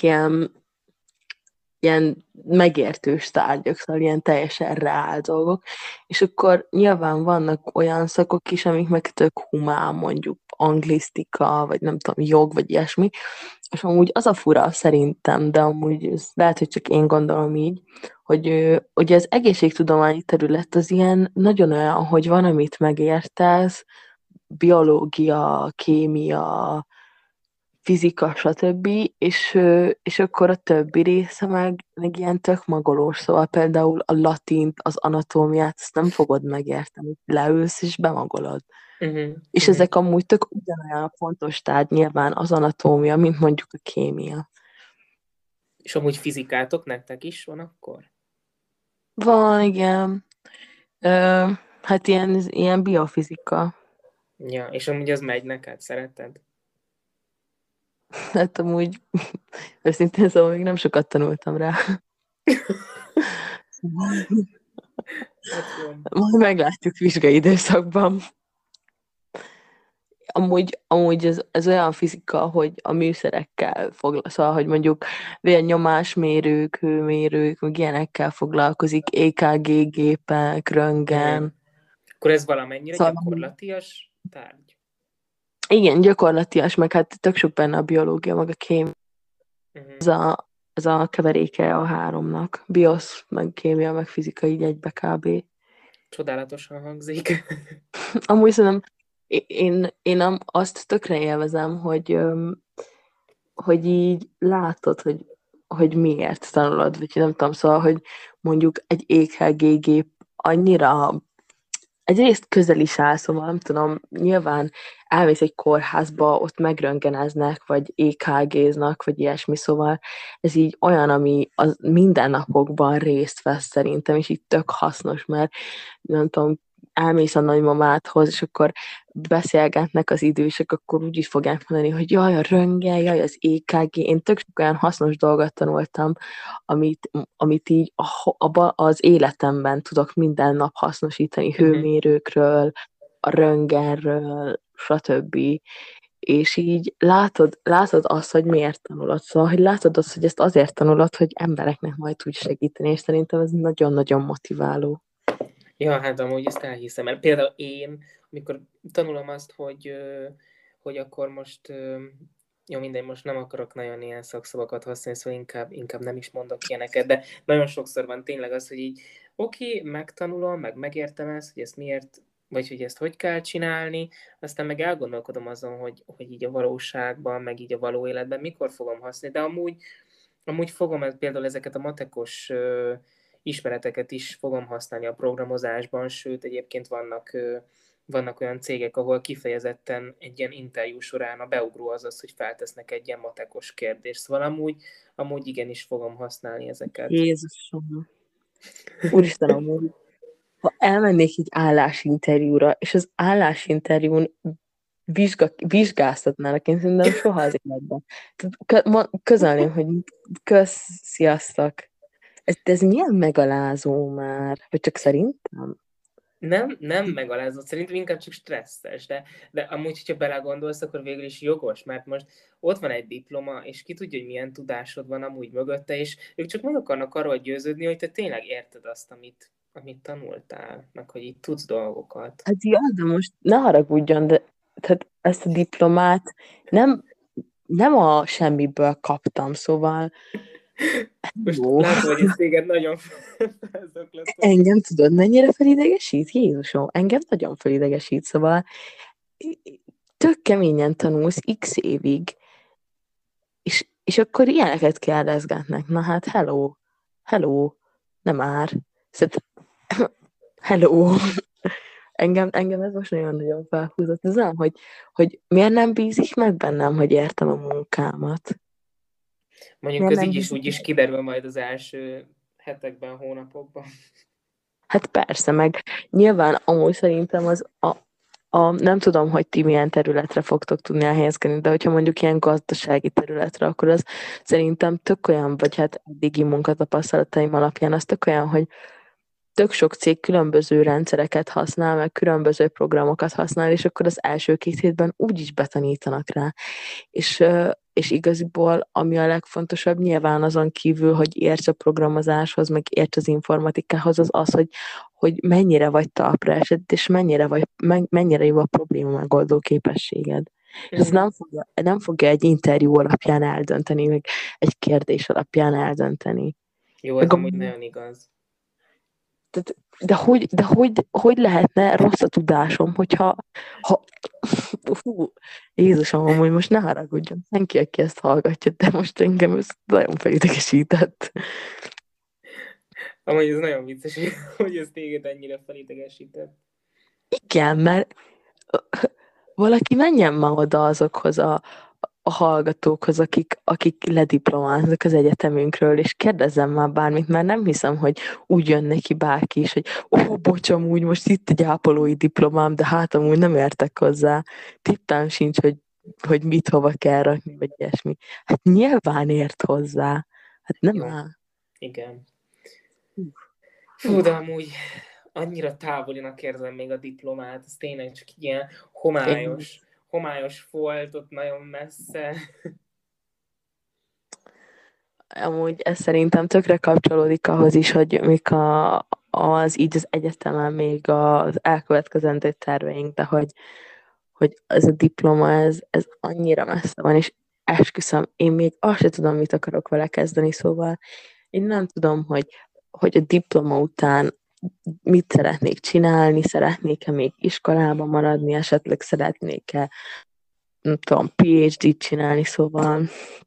ilyen megértős tárgyak, szóval ilyen teljesen reál dolgok, és akkor nyilván vannak olyan szakok is, amik meg tök humán, mondjuk anglisztika, vagy nem tudom, jog, vagy ilyesmi, és amúgy az a fura szerintem, de amúgy ez lehet, hogy csak én gondolom így, hogy ugye az egészségtudományi terület az ilyen nagyon olyan, hogy van, amit megértesz, biológia, kémia, fizika, stb. És akkor a többi része meg ilyen tök magolós, szóval például a latint, az anatómiát, ezt nem fogod megérteni. Leülsz és bemagolod. Uh-huh, És uh-huh. ezek amúgy tök ugyanolyan fontos tárgy nyilván az anatómia, mint mondjuk a kémia. És amúgy fizikátok nektek is van akkor? Van, igen. Ö, hát ilyen biofizika. Ja, és amúgy az megy neked, szereted? Hát amúgy őszintén szóval még nem sokat tanultam rá. Hát jó. Majd meglátjuk vizsgai időszakban. Amúgy ez olyan fizika, hogy a műszerekkel foglalkozik, szóval, hogy mondjuk vérnyomásmérők, hőmérők, meg ilyenekkel foglalkozik, EKG gépek, Uh-huh. röntgen. Akkor ez valamennyire Szóval gyakorlatias tárgy? igen, gyakorlatias, meg hát tök sok benne a biológia, meg a kémia. Uh-huh. Ez a keveréke a háromnak. Biosz, meg kémia, meg fizika így egybe kb. Csodálatosan hangzik. Amúgy szerintem én azt tökre élvezem, hogy így látod, hogy miért tanulod, vagy nem tudom, szóval, hogy mondjuk egy EKG gép annyira egyrészt közel is áll, szóval nem tudom, nyilván elmész egy kórházba, ott megröntgeneznek, vagy EKG-znak, vagy ilyesmi, szóval ez így olyan, ami az mindennapokban részt vesz szerintem, és így tök hasznos, mert nem tudom, elmész a nagymamádhoz, és akkor beszélgetnek az idősek, akkor úgy is fogják mondani, hogy jaj, a röntgen, jaj, az EKG. Én tök sok olyan hasznos dolgot tanultam, amit így az életemben tudok minden nap hasznosítani, Uh-huh. hőmérőkről, a röntgenről, stb. És így látod azt, hogy miért tanulod. Szóval, hogy látod azt, hogy ezt azért tanulod, hogy embereknek majd tudj segíteni, és szerintem ez nagyon-nagyon motiváló. Ja, hát amúgy ezt elhiszem. Mert például én, amikor tanulom azt, hogy akkor most, jó mindegy, most nem akarok nagyon ilyen szakszavakat használni, szóval inkább nem is mondok ilyeneket, de nagyon sokszor van tényleg az, hogy így oké, megtanulom, meg megértem ezt, hogy ezt miért, vagy hogy ezt hogy kell csinálni, aztán meg elgondolkodom azon, hogy így a valóságban, meg így a való életben mikor fogom használni, de amúgy fogom például ezeket a matekos ismereteket is fogom használni a programozásban, sőt egyébként vannak olyan cégek, ahol kifejezetten egy ilyen interjú során a beugró az, hogy feltesznek egy ilyen matekos kérdést. Szóval amúgy igenis fogom használni ezeket. Jézusom. Úristen, amúgy, ha elmennék egy állásinterjúra, és az állásinterjún vizsgáztatnának, én szerintem soha az életben. Tehát közölném, hogy kösz, sziasztok. Ez milyen megalázó már? Vagy csak szerintem? Nem megalázott, szerintem inkább csak stresszes, de amúgy, hogyha belegondolsz, akkor végül is jogos, mert most ott van egy diploma, és ki tudja, hogy milyen tudásod van amúgy mögötte, és ők csak meg akarnak arról győződni, hogy te tényleg érted azt, amit tanultál, meg hogy így tudsz dolgokat. Hát ja, de most ne haragudjon, de tehát ezt a diplomát nem a semmiből kaptam, szóval Most jó. látom, hogy ez téged nagyon felzaklatol. Engem tudod, mennyire felidegesít? Jézusom, engem nagyon felidegesít, szóval tök keményen tanulsz x évig, és akkor ilyeneket kérdezgetnek. Na hát, hello, nem már. Szóval, hello. Engem ez most nagyon felhúzott. Ez nem, hogy miért nem bízik meg bennem, hogy értem a munkámat. Mondjuk ez így is úgy is kiderül majd az első hetekben, hónapokban. Hát persze, meg nyilván amúgy szerintem nem tudom, hogy ti milyen területre fogtok tudni elhelyezkedni, de hogyha mondjuk ilyen gazdasági területre, akkor az szerintem tök olyan, vagy hát eddigi munkatapasztalataim alapján az tök olyan, hogy tök sok cég különböző rendszereket használ, meg különböző programokat használ, és akkor az első 2 hétben úgyis betanítanak rá. És igaziból, ami a legfontosabb, nyilván azon kívül, hogy érts a programozáshoz, meg érts az informatikához, az, hogy mennyire vagy talpra esett, és mennyire jó a probléma megoldó képességed. És ez nem fogja egy interjú alapján eldönteni, meg egy kérdés alapján eldönteni. Jó, ez amúgy nagyon igaz. De hogy lehetne rossz a tudásom, hogyha Jézusom, amúgy most ne haragudjon, senki, aki ezt hallgatja, de most engem ez nagyon felidegesített. Amúgy ez nagyon vicces, hogy ez téged ennyire felidegesített. Igen, mert valaki menjen ma oda azokhoz a hallgatókhoz, akik lediplomáznak az egyetemünkről, és kérdezzem már bármit, mert nem hiszem, hogy úgy jön neki bárki is, hogy bocs, amúgy most itt egy ápolói diplomám, de hát amúgy nem értek hozzá. Tippám sincs, hogy mit hova kell rakni, vagy ilyesmi. Hát nyilván ért hozzá. Hát nem áll. Igen. Fú, de amúgy annyira távolinak érzem még a diplomát, ez tényleg csak ilyen homályos volt ott nagyon messze. Amúgy ez szerintem tökre kapcsolódik ahhoz is, hogy mik az egyetemen még az elkövetkezendő terveink, de hogy ez a diploma, ez annyira messze van, és esküszöm, én még azt sem tudom, mit akarok vele kezdeni, szóval én nem tudom, hogy a diploma után mit szeretnék csinálni, szeretnék-e még iskolában maradni, esetleg szeretnék-e, nem tudom, PhD-t csinálni, szóval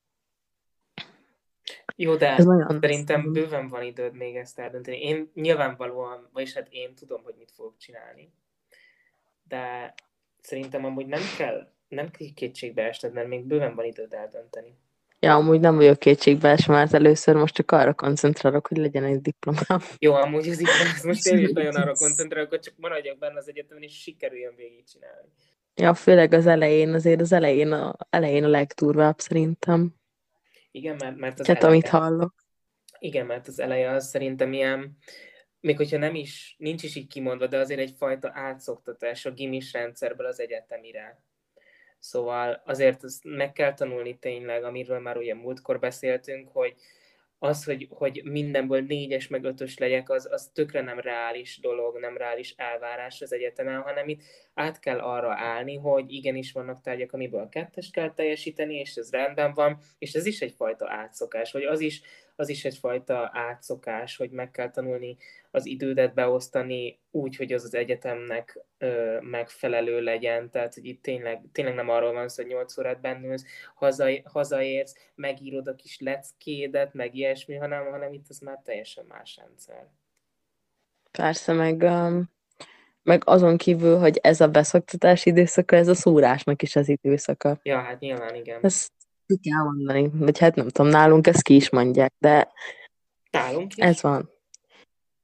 jó, de szerintem bőven van időd még ezt eldönteni. Én nyilvánvalóan, vagyis hát én tudom, hogy mit fogok csinálni, de szerintem amúgy nem kell kétségbe esned, mert még bőven van időd eldönteni. Ja, amúgy nem vagyok kétségbees, mert először most csak arra koncentrálok, hogy legyen egy diplomám. Jó, amúgy ez igaz. Most én is nagyon arra koncentrálok, hogy csak maradjak benne az egyetemen, és sikerüljön végigcsinálni. Ja, főleg az elején, azért az elején a legdurvább szerintem. Igen, mert az eleje... amit hallok. Igen, mert az eleje az szerintem ilyen, még hogyha nincs is így kimondva, de azért egyfajta átszoktatás a gimis rendszerből az egyetemire. Szóval azért ezt meg kell tanulni tényleg, amiről már ugye múltkor beszéltünk, hogy az, hogy mindenből 4-es meg 5-ös legyek, az tökre nem reális dolog, nem reális elvárás az egyetemen, hanem itt át kell arra állni, hogy igenis vannak tárgyak, amiből 2-est kell teljesíteni, és ez rendben van, és ez is egyfajta átszokás, vagy az is egyfajta átszokás, hogy meg kell tanulni az idődet beosztani úgy, hogy az egyetemnek megfelelő legyen, tehát hogy itt tényleg nem arról van szó, hogy 8 órát bennülsz, hazaérsz, megírod a kis leckédet, meg ilyesmi, hanem itt az már teljesen más rendszer. Persze, meg azon kívül, hogy ez a beszoktatási időszaka, ez a szúrásnak is az időszaka. Ja, hát nyilván igen. Ezt ki kell mondani, vagy hát nem tudom, nálunk ezt ki is mondják, de nálunk is? ez van.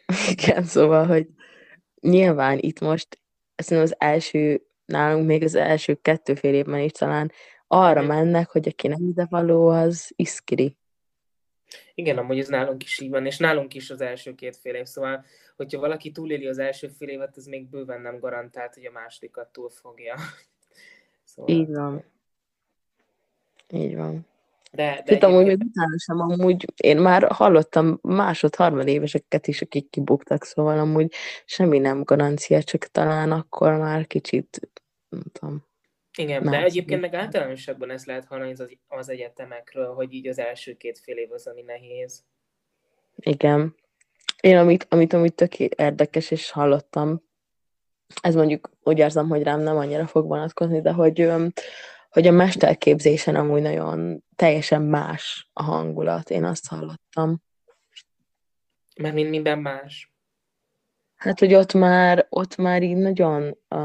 Igen, szóval, hogy nyilván itt most szerintem az első, nálunk még az első 2 fél évben is talán arra Uh-huh. mennek, hogy aki nem idevaló, az iszkiri. Igen, amúgy ez nálunk is így van, és nálunk is az első 2 fél év, szóval, hogyha valaki túléli az első fél évet, az még bőven nem garantált, hogy a másodikat túl fogja. Így Szóval, van. Így van. de Sőt, amúgy még egyébként, utána sem, amúgy én már hallottam harmadéveseket is, akik kibuktak, szóval amúgy semmi nem garancia, csak talán akkor már kicsit, nem tudom, igen, de egyébként nászik. meg általánosabban ezt lehet hallani az egyetemekről, hogy így az első 2 fél év az, ami nehéz. Igen. Én amit amúgy tök érdekes, és hallottam, ez mondjuk úgy érzem, hogy rám nem annyira fog vonatkozni, de hogy a mesterképzésen amúgy nagyon teljesen más a hangulat. Én azt hallottam. Mert minden más. Hát, hogy ott már így nagyon,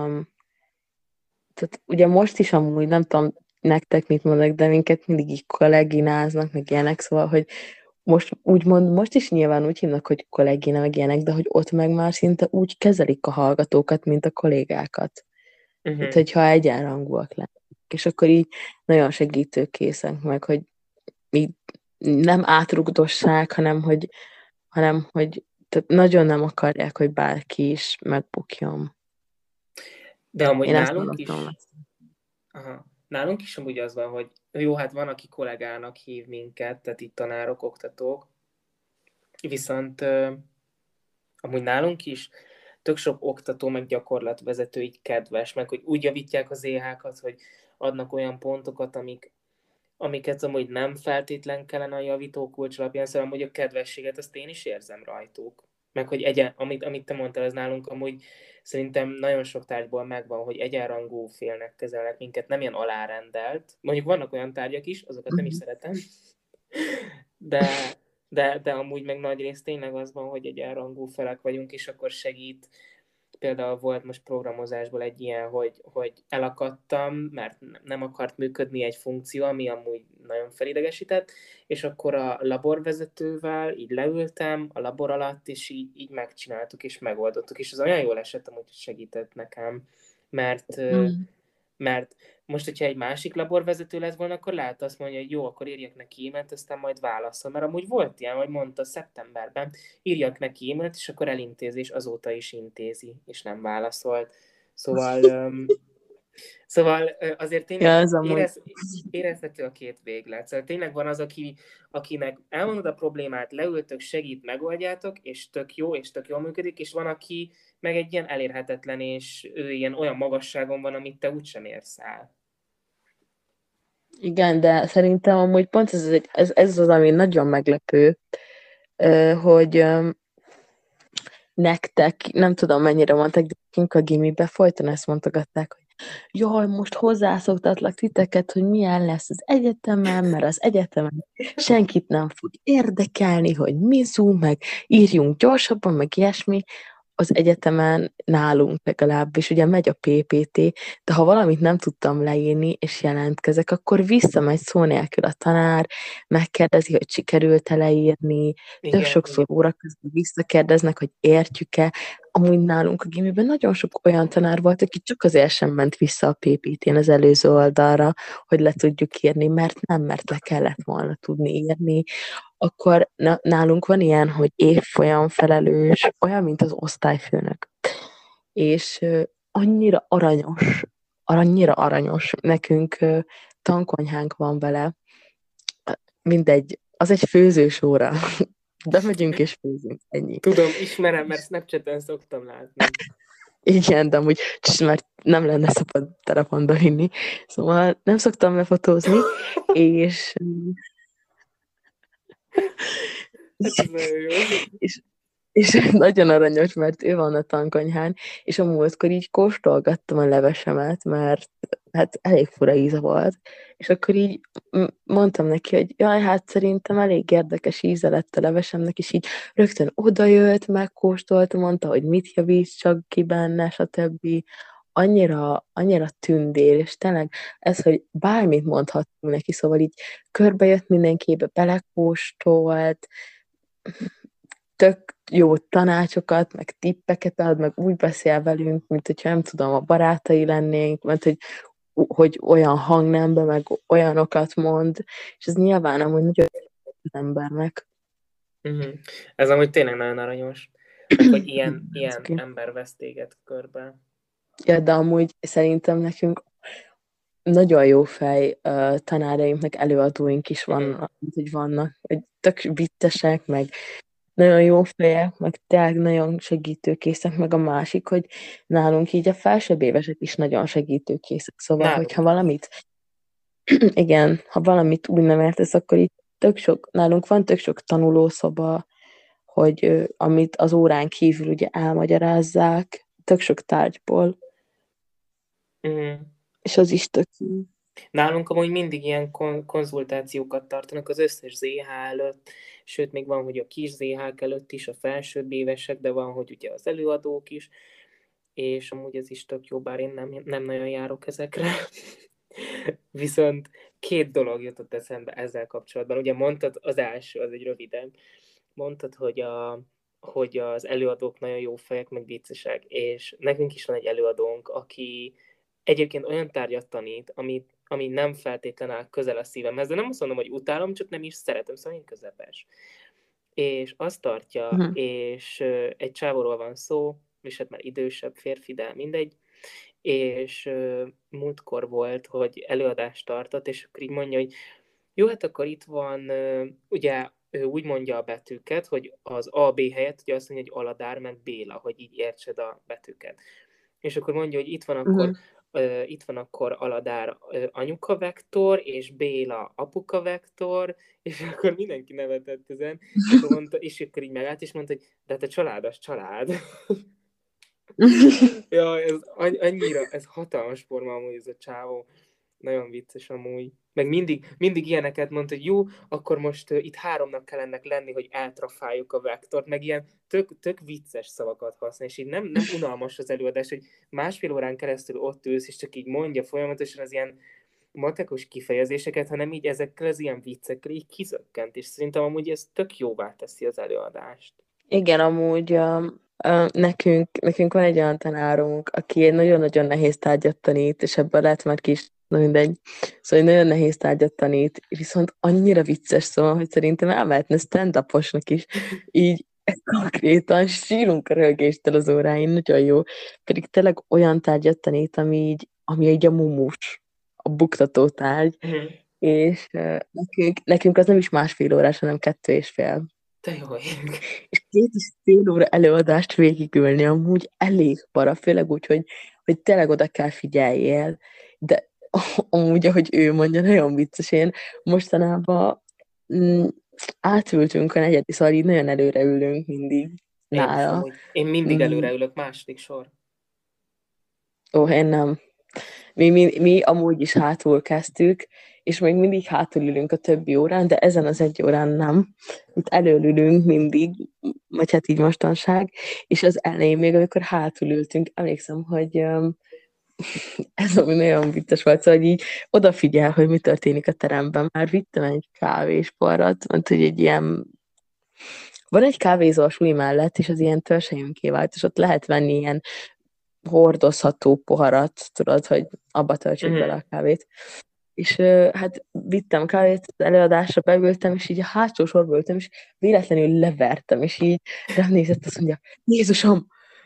tehát ugye most is amúgy, nem tudom nektek mit mondok, de minket mindig így kollegináznak, meg ilyenek, szóval, hogy most úgymond, most is nyilván úgy hívnak, hogy kollégina, meg ilyenek, de hogy ott meg már szinte úgy kezelik a hallgatókat, mint a kollégákat. Mint Uh-huh. hogyha egyenrangúak lennék. És akkor így nagyon segítőkészek meg, hogy így nem átrugdossák, hanem hogy tehát nagyon nem akarják, hogy bárki is megbukjon. De amúgy Én ezt nálunk hallottam. is, aha, nálunk is amúgy az van, hogy jó, hát van, aki kollégának hív minket, tehát itt tanárok, oktatók, viszont amúgy nálunk is tök sok oktató, meg gyakorlatvezető így kedves, meg hogy úgy javítják az EH-kat, hogy adnak olyan pontokat, amiket amúgy nem feltétlen kellene a javító kulcs alapján, szóval amúgy a kedvességet azt én is érzem rajtuk. Meg hogy amit te mondtál, az nálunk amúgy szerintem nagyon sok tárgyból megvan, hogy egyenrangú félnek kezelnek minket, nem ilyen alárendelt. Mondjuk vannak olyan tárgyak is, azokat nem is szeretem, de, de amúgy meg nagy rész tényleg az van, hogy egyenrangú felek vagyunk, és akkor segít. Például volt most programozásból egy ilyen, hogy elakadtam, mert nem akart működni egy funkció, ami amúgy nagyon felidegesített, és akkor a laborvezetővel így leültem a labor alatt, és így megcsináltuk, és megoldottuk, és az olyan jól esett amúgy, hogy segített nekem, mert Mm. mert most, hogyha egy másik laborvezető lett volna, akkor lehet azt mondja, hogy jó, akkor írjak neki e-mailt, aztán majd válaszol. Mert amúgy volt ilyen, hogy mondta szeptemberben, írjak neki e-mailt, és akkor elintézés azóta is intézi, és nem válaszolt. Szóval, azért Ja, tényleg ez amúgy. érezhető a két véglet. Szóval tényleg van az, akinek elmondod a problémát, leültök, segít, megoldjátok, és tök jó, és tök jól működik, és van, aki meg egy ilyen elérhetetlen, és ő ilyen olyan magasságon van, amit te úgysem érsz el. Igen, de szerintem amúgy pont ez az, ami nagyon meglepő, hogy nektek, nem tudom mennyire mondták, de kink a gimibe folyton ezt mondogatták, hogy jaj, most hozzászoktatlak titeket, hogy milyen lesz az egyetemen, mert az egyetemen senkit nem fog érdekelni, hogy mizu, meg írjunk gyorsabban, meg ilyesmi. Az egyetemen nálunk legalábbis ugye megy a PPT, de ha valamit nem tudtam leírni, és jelentkezek, akkor visszamegy szó nélkül a tanár, megkérdezi, hogy sikerült-e leírni, tök Igen, sokszor óra közben visszakérdeznek, hogy értjük-e. Amúgy nálunk a gimiben nagyon sok olyan tanár volt, aki csak azért sem ment vissza a PPT-n az előző oldalra, hogy le tudjuk írni, mert le kellett volna tudni írni. Akkor nálunk van ilyen, hogy évfolyam felelős, olyan, mint az osztályfőnök. És annyira aranyos. Nekünk tankonyhánk van vele, mindegy, az egy főzős óra. Bemegyünk és főzünk, ennyi. tudom, ismerem, mert Snapchaten szoktam látni. Igen, de amúgy mert nem lenne szabad telefonba vinni. Szóval nem szoktam lefotózni, és, Hát ez nagyon jó. és, és nagyon aranyos, mert ő van a tankonyhán, és a múltkor így kóstolgattam a levesemet, mert hát elég fura íze volt, és akkor így mondtam neki, hogy jaj, hát szerintem elég érdekes íze lett a levesemnek, és így rögtön odajött, megkóstolta, mondta, hogy mit javítsak ki benne, stb. Annyira tündér, és tényleg ez, hogy bármit mondhattunk neki, szóval így körbejött mindenkibe, belekóstolt, tök jó tanácsokat, meg tippeket ad, meg úgy beszél velünk, mint hogyha nem tudom, a barátai lennénk, mert hogy olyan hangnemben, meg olyanokat mond, és ez nyilván amúgy nagyon az embernek. Uh-huh. Ez amúgy tényleg nagyon aranyos, meg hogy ilyen ember vesz téged körbe. Ja, de amúgy szerintem nekünk nagyon jó fej tanáraink, meg előadóink is vannak, hogy vannak, hogy tök viccesek, meg nagyon jó fejek, meg tényleg nagyon segítőkészek, meg a másik, hogy nálunk így a felsőbb évesek is nagyon segítőkészek, szóval, Nálunk hogyha valamit, igen, ha valamit úgy nem értesz, akkor itt nálunk van tök sok tanulószoba, hogy amit az órán kívül ugye elmagyarázzák, tök sok tárgyból, és az is tök jó. Nálunk amúgy mindig ilyen konzultációkat tartanak az összes ZH előtt, sőt, még van, hogy a kis ZH-k előtt is, a felsőbb évesek, de van, hogy ugye az előadók is, és amúgy ez is tök jó, bár én nem nagyon járok ezekre. Viszont 2 dolog jutott eszembe ezzel kapcsolatban. Ugye mondtad, az első, az egy röviden, mondtad, hogy az előadók nagyon jó fejek, meg viccesek, és nekünk is van egy előadónk, aki egyébként olyan tárgyat tanít, ami nem feltétlenül áll közel a szívemhez, de nem azt mondom, hogy utálom, csak nem is szeretem, szóval én közepes. És azt tartja, és egy csávóról van szó, és hát már idősebb férfi, de mindegy, és múltkor volt, hogy előadást tartott, és akkor így mondja, hogy jó, hát akkor itt van, ugye ő úgy mondja a betűket, hogy az A, B helyett ugye azt mondja, hogy Aladár, meg Béla, hogy így értsed a betűket. És akkor mondja, hogy itt van akkor Aladár anyuka vektor, és Béla apuka vektor, és akkor mindenki nevetett ezen, és akkor, mondta, és akkor így megállt, és mondta, hogy de hát a család az család. Ja, ez annyira, ez hatalmas forma amúgy ez a csávó. Nagyon vicces amúgy. Meg mindig ilyeneket mondta, hogy jó, akkor most itt 3-nak kell ennek lenni, hogy eltrafáljuk a vektort, meg ilyen tök vicces szavakat használ, és így nem unalmas az előadás, hogy 1,5 órán keresztül ott ülsz, és csak így mondja folyamatosan az ilyen matekos kifejezéseket, hanem így ezekkel az ilyen viccekkel így kizökkent, és szerintem amúgy ez tök jóvá teszi az előadást. Igen, amúgy nekünk van egy olyan tanárunk, aki egy nagyon-nagyon nehéz tárgyat tanít, és ebből lehet már ki is, na mindegy. Szóval egy nagyon nehéz tárgyat tanít, viszont annyira vicces, szóval, hogy szerintem elmehetne stand-uposnak is. Így konkrétan sírunk a röhögéstől az óráin, nagyon jó. Pedig tényleg olyan tárgyat tanít, ami így a mumus, a buktató tárgy, és nekünk az nem is 1,5 órás, hanem 2,5. Te jó. És 2,5 óra előadást végigülni amúgy elég para, főleg úgy, hogy tényleg oda kell figyeljél, de amúgy, ahogy ő mondja, nagyon vicces. Én mostanában átültünk a negyedik, szóval így nagyon előre ülünk mindig nála. Én mindig előre ülök, második sor. Ó, én nem. Mi amúgy is hátul kezdtük, és még mindig hátul ülünk a többi órán, de ezen az 1 órán nem. Itt elől ülünk mindig, vagy hát így mostanság, és az elején még, amikor hátul ültünk, emlékszem, hogy ez ami nagyon vicces volt, szóval hogy így odafigyel, hogy mi történik a teremben. Már vittem egy kávésparrat, mert hogy egy ilyen van egy kávézó a suli mellett, és az ilyen törzsejünké vált, és ott lehet venni ilyen hordozható poharat, tudod, hogy abba töltsék bele a kávét. És hát vittem kávét, az előadásra beültem, és így a hátsó sorba ültem, és véletlenül levertem, és így rám nézett, azt mondja, Jézusom,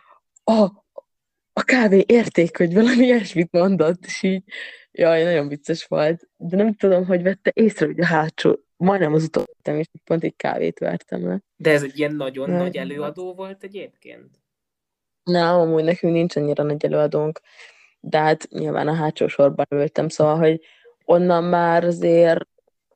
a kávé érték, hogy valami ilyesmit mondott, és így, jaj, nagyon vicces volt. De nem tudom, hogy vette észre, hogy a hátsó, majdnem az utolsó, és pont egy kávét vertem le. De ez egy ilyen nagyon nagy előadó volt egyébként? Nem, amúgy nekünk nincs annyira nagy előadónk, de hát nyilván a hátsó sorban ültem, szóval, hogy onnan már azért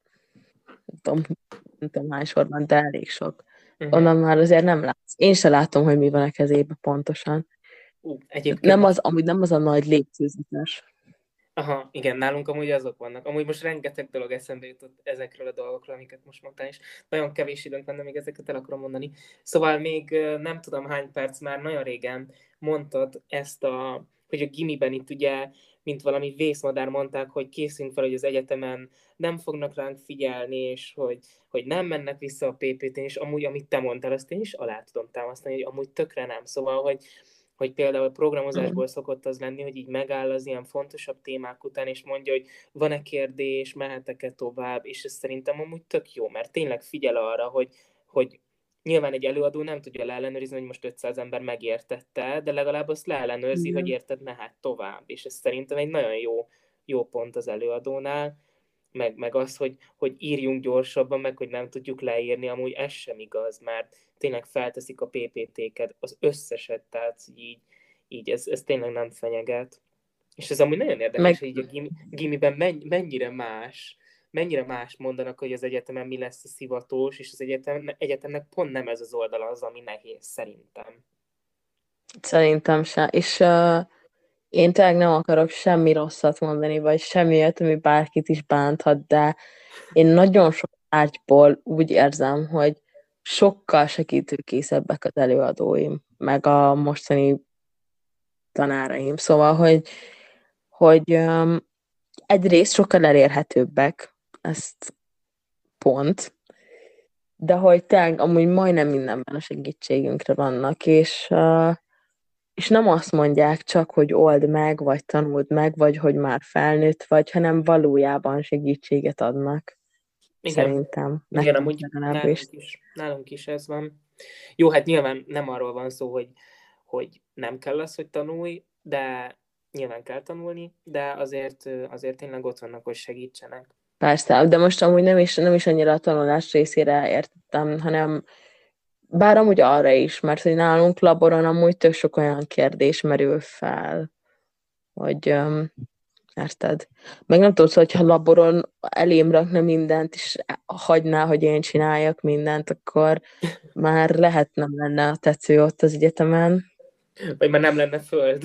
nem tudom hány sorban, de elég sok. Onnan már azért nem látsz. Én se látom, hogy mi van a kezébe pontosan. Egyébként amúgy nem az a nagy lépcsőzetes. Aha, igen, nálunk amúgy azok vannak. Amúgy most rengeteg dolog eszembe jutott ezekről a dolgokról, amiket most mondtál, és nagyon kevés időnk van, de még ezeket el akarom mondani. Szóval még nem tudom hány perc, már nagyon régen mondtad ezt hogy a gimiben itt ugye, mint valami vészmadár mondták, hogy készülünk fel, hogy az egyetemen nem fognak ránk figyelni, és hogy nem mennek vissza a PPT-n, és amúgy, amit te mondtál, azt én is alá tudom támasztani, hogy amúgy tökre nem. Szóval, hogy például programozásból szokott az lenni, hogy így megáll az ilyen fontosabb témák után, és mondja, hogy van-e kérdés, mehetek-e tovább, és ez szerintem amúgy tök jó, mert tényleg figyel arra, hogy nyilván egy előadó nem tudja leellenőrizni, hogy most 500 ember megértette, de legalább azt leellenőrzi, hogy érted, mehet tovább. És ez szerintem egy nagyon jó pont az előadónál, meg az, hogy írjunk gyorsabban, meg hogy nem tudjuk leírni, amúgy ez sem igaz, mert tényleg felteszik a PPT-ket, az összeset, tehát így ez tényleg nem fenyeget. És ez amúgy nagyon érdekes, hogy így a gimiben mennyire más mondanak, hogy az egyetemen mi lesz a szivatós, és az egyetemnek pont nem ez az oldala az, ami nehéz, szerintem. Szerintem sem. És én tényleg nem akarok semmi rosszat mondani, vagy semmiért, ami bárkit is bánthat, de én nagyon sok tárgyból úgy érzem, hogy sokkal segítőkészebbek az előadóim, meg a mostani tanáraim. Szóval, hogy egyrészt sokkal elérhetőbbek, ezt pont, de hogy tényleg amúgy majdnem mindenben a segítségünkre vannak, és nem azt mondják csak, hogy old meg, vagy tanuld meg, vagy hogy már felnőtt vagy, hanem valójában segítséget adnak. Igen. Szerintem. Igen, amúgy nálunk is ez van. Jó, hát nyilván nem arról van szó, hogy nem kell az, hogy tanulj, de nyilván kell tanulni, de azért tényleg ott vannak, hogy segítsenek. Persze, de most amúgy nem is annyira a tanulás részére értettem, hanem bár amúgy arra is, mert hogy nálunk laboron amúgy tök sok olyan kérdés merül fel, hogy érted? Meg nem tudsz, hogyha laboron elém rakna mindent, és hagyná, hogy én csináljak mindent, akkor már lehet nem lenne a tetsző ott az egyetemen. Vagy már nem lenne föld.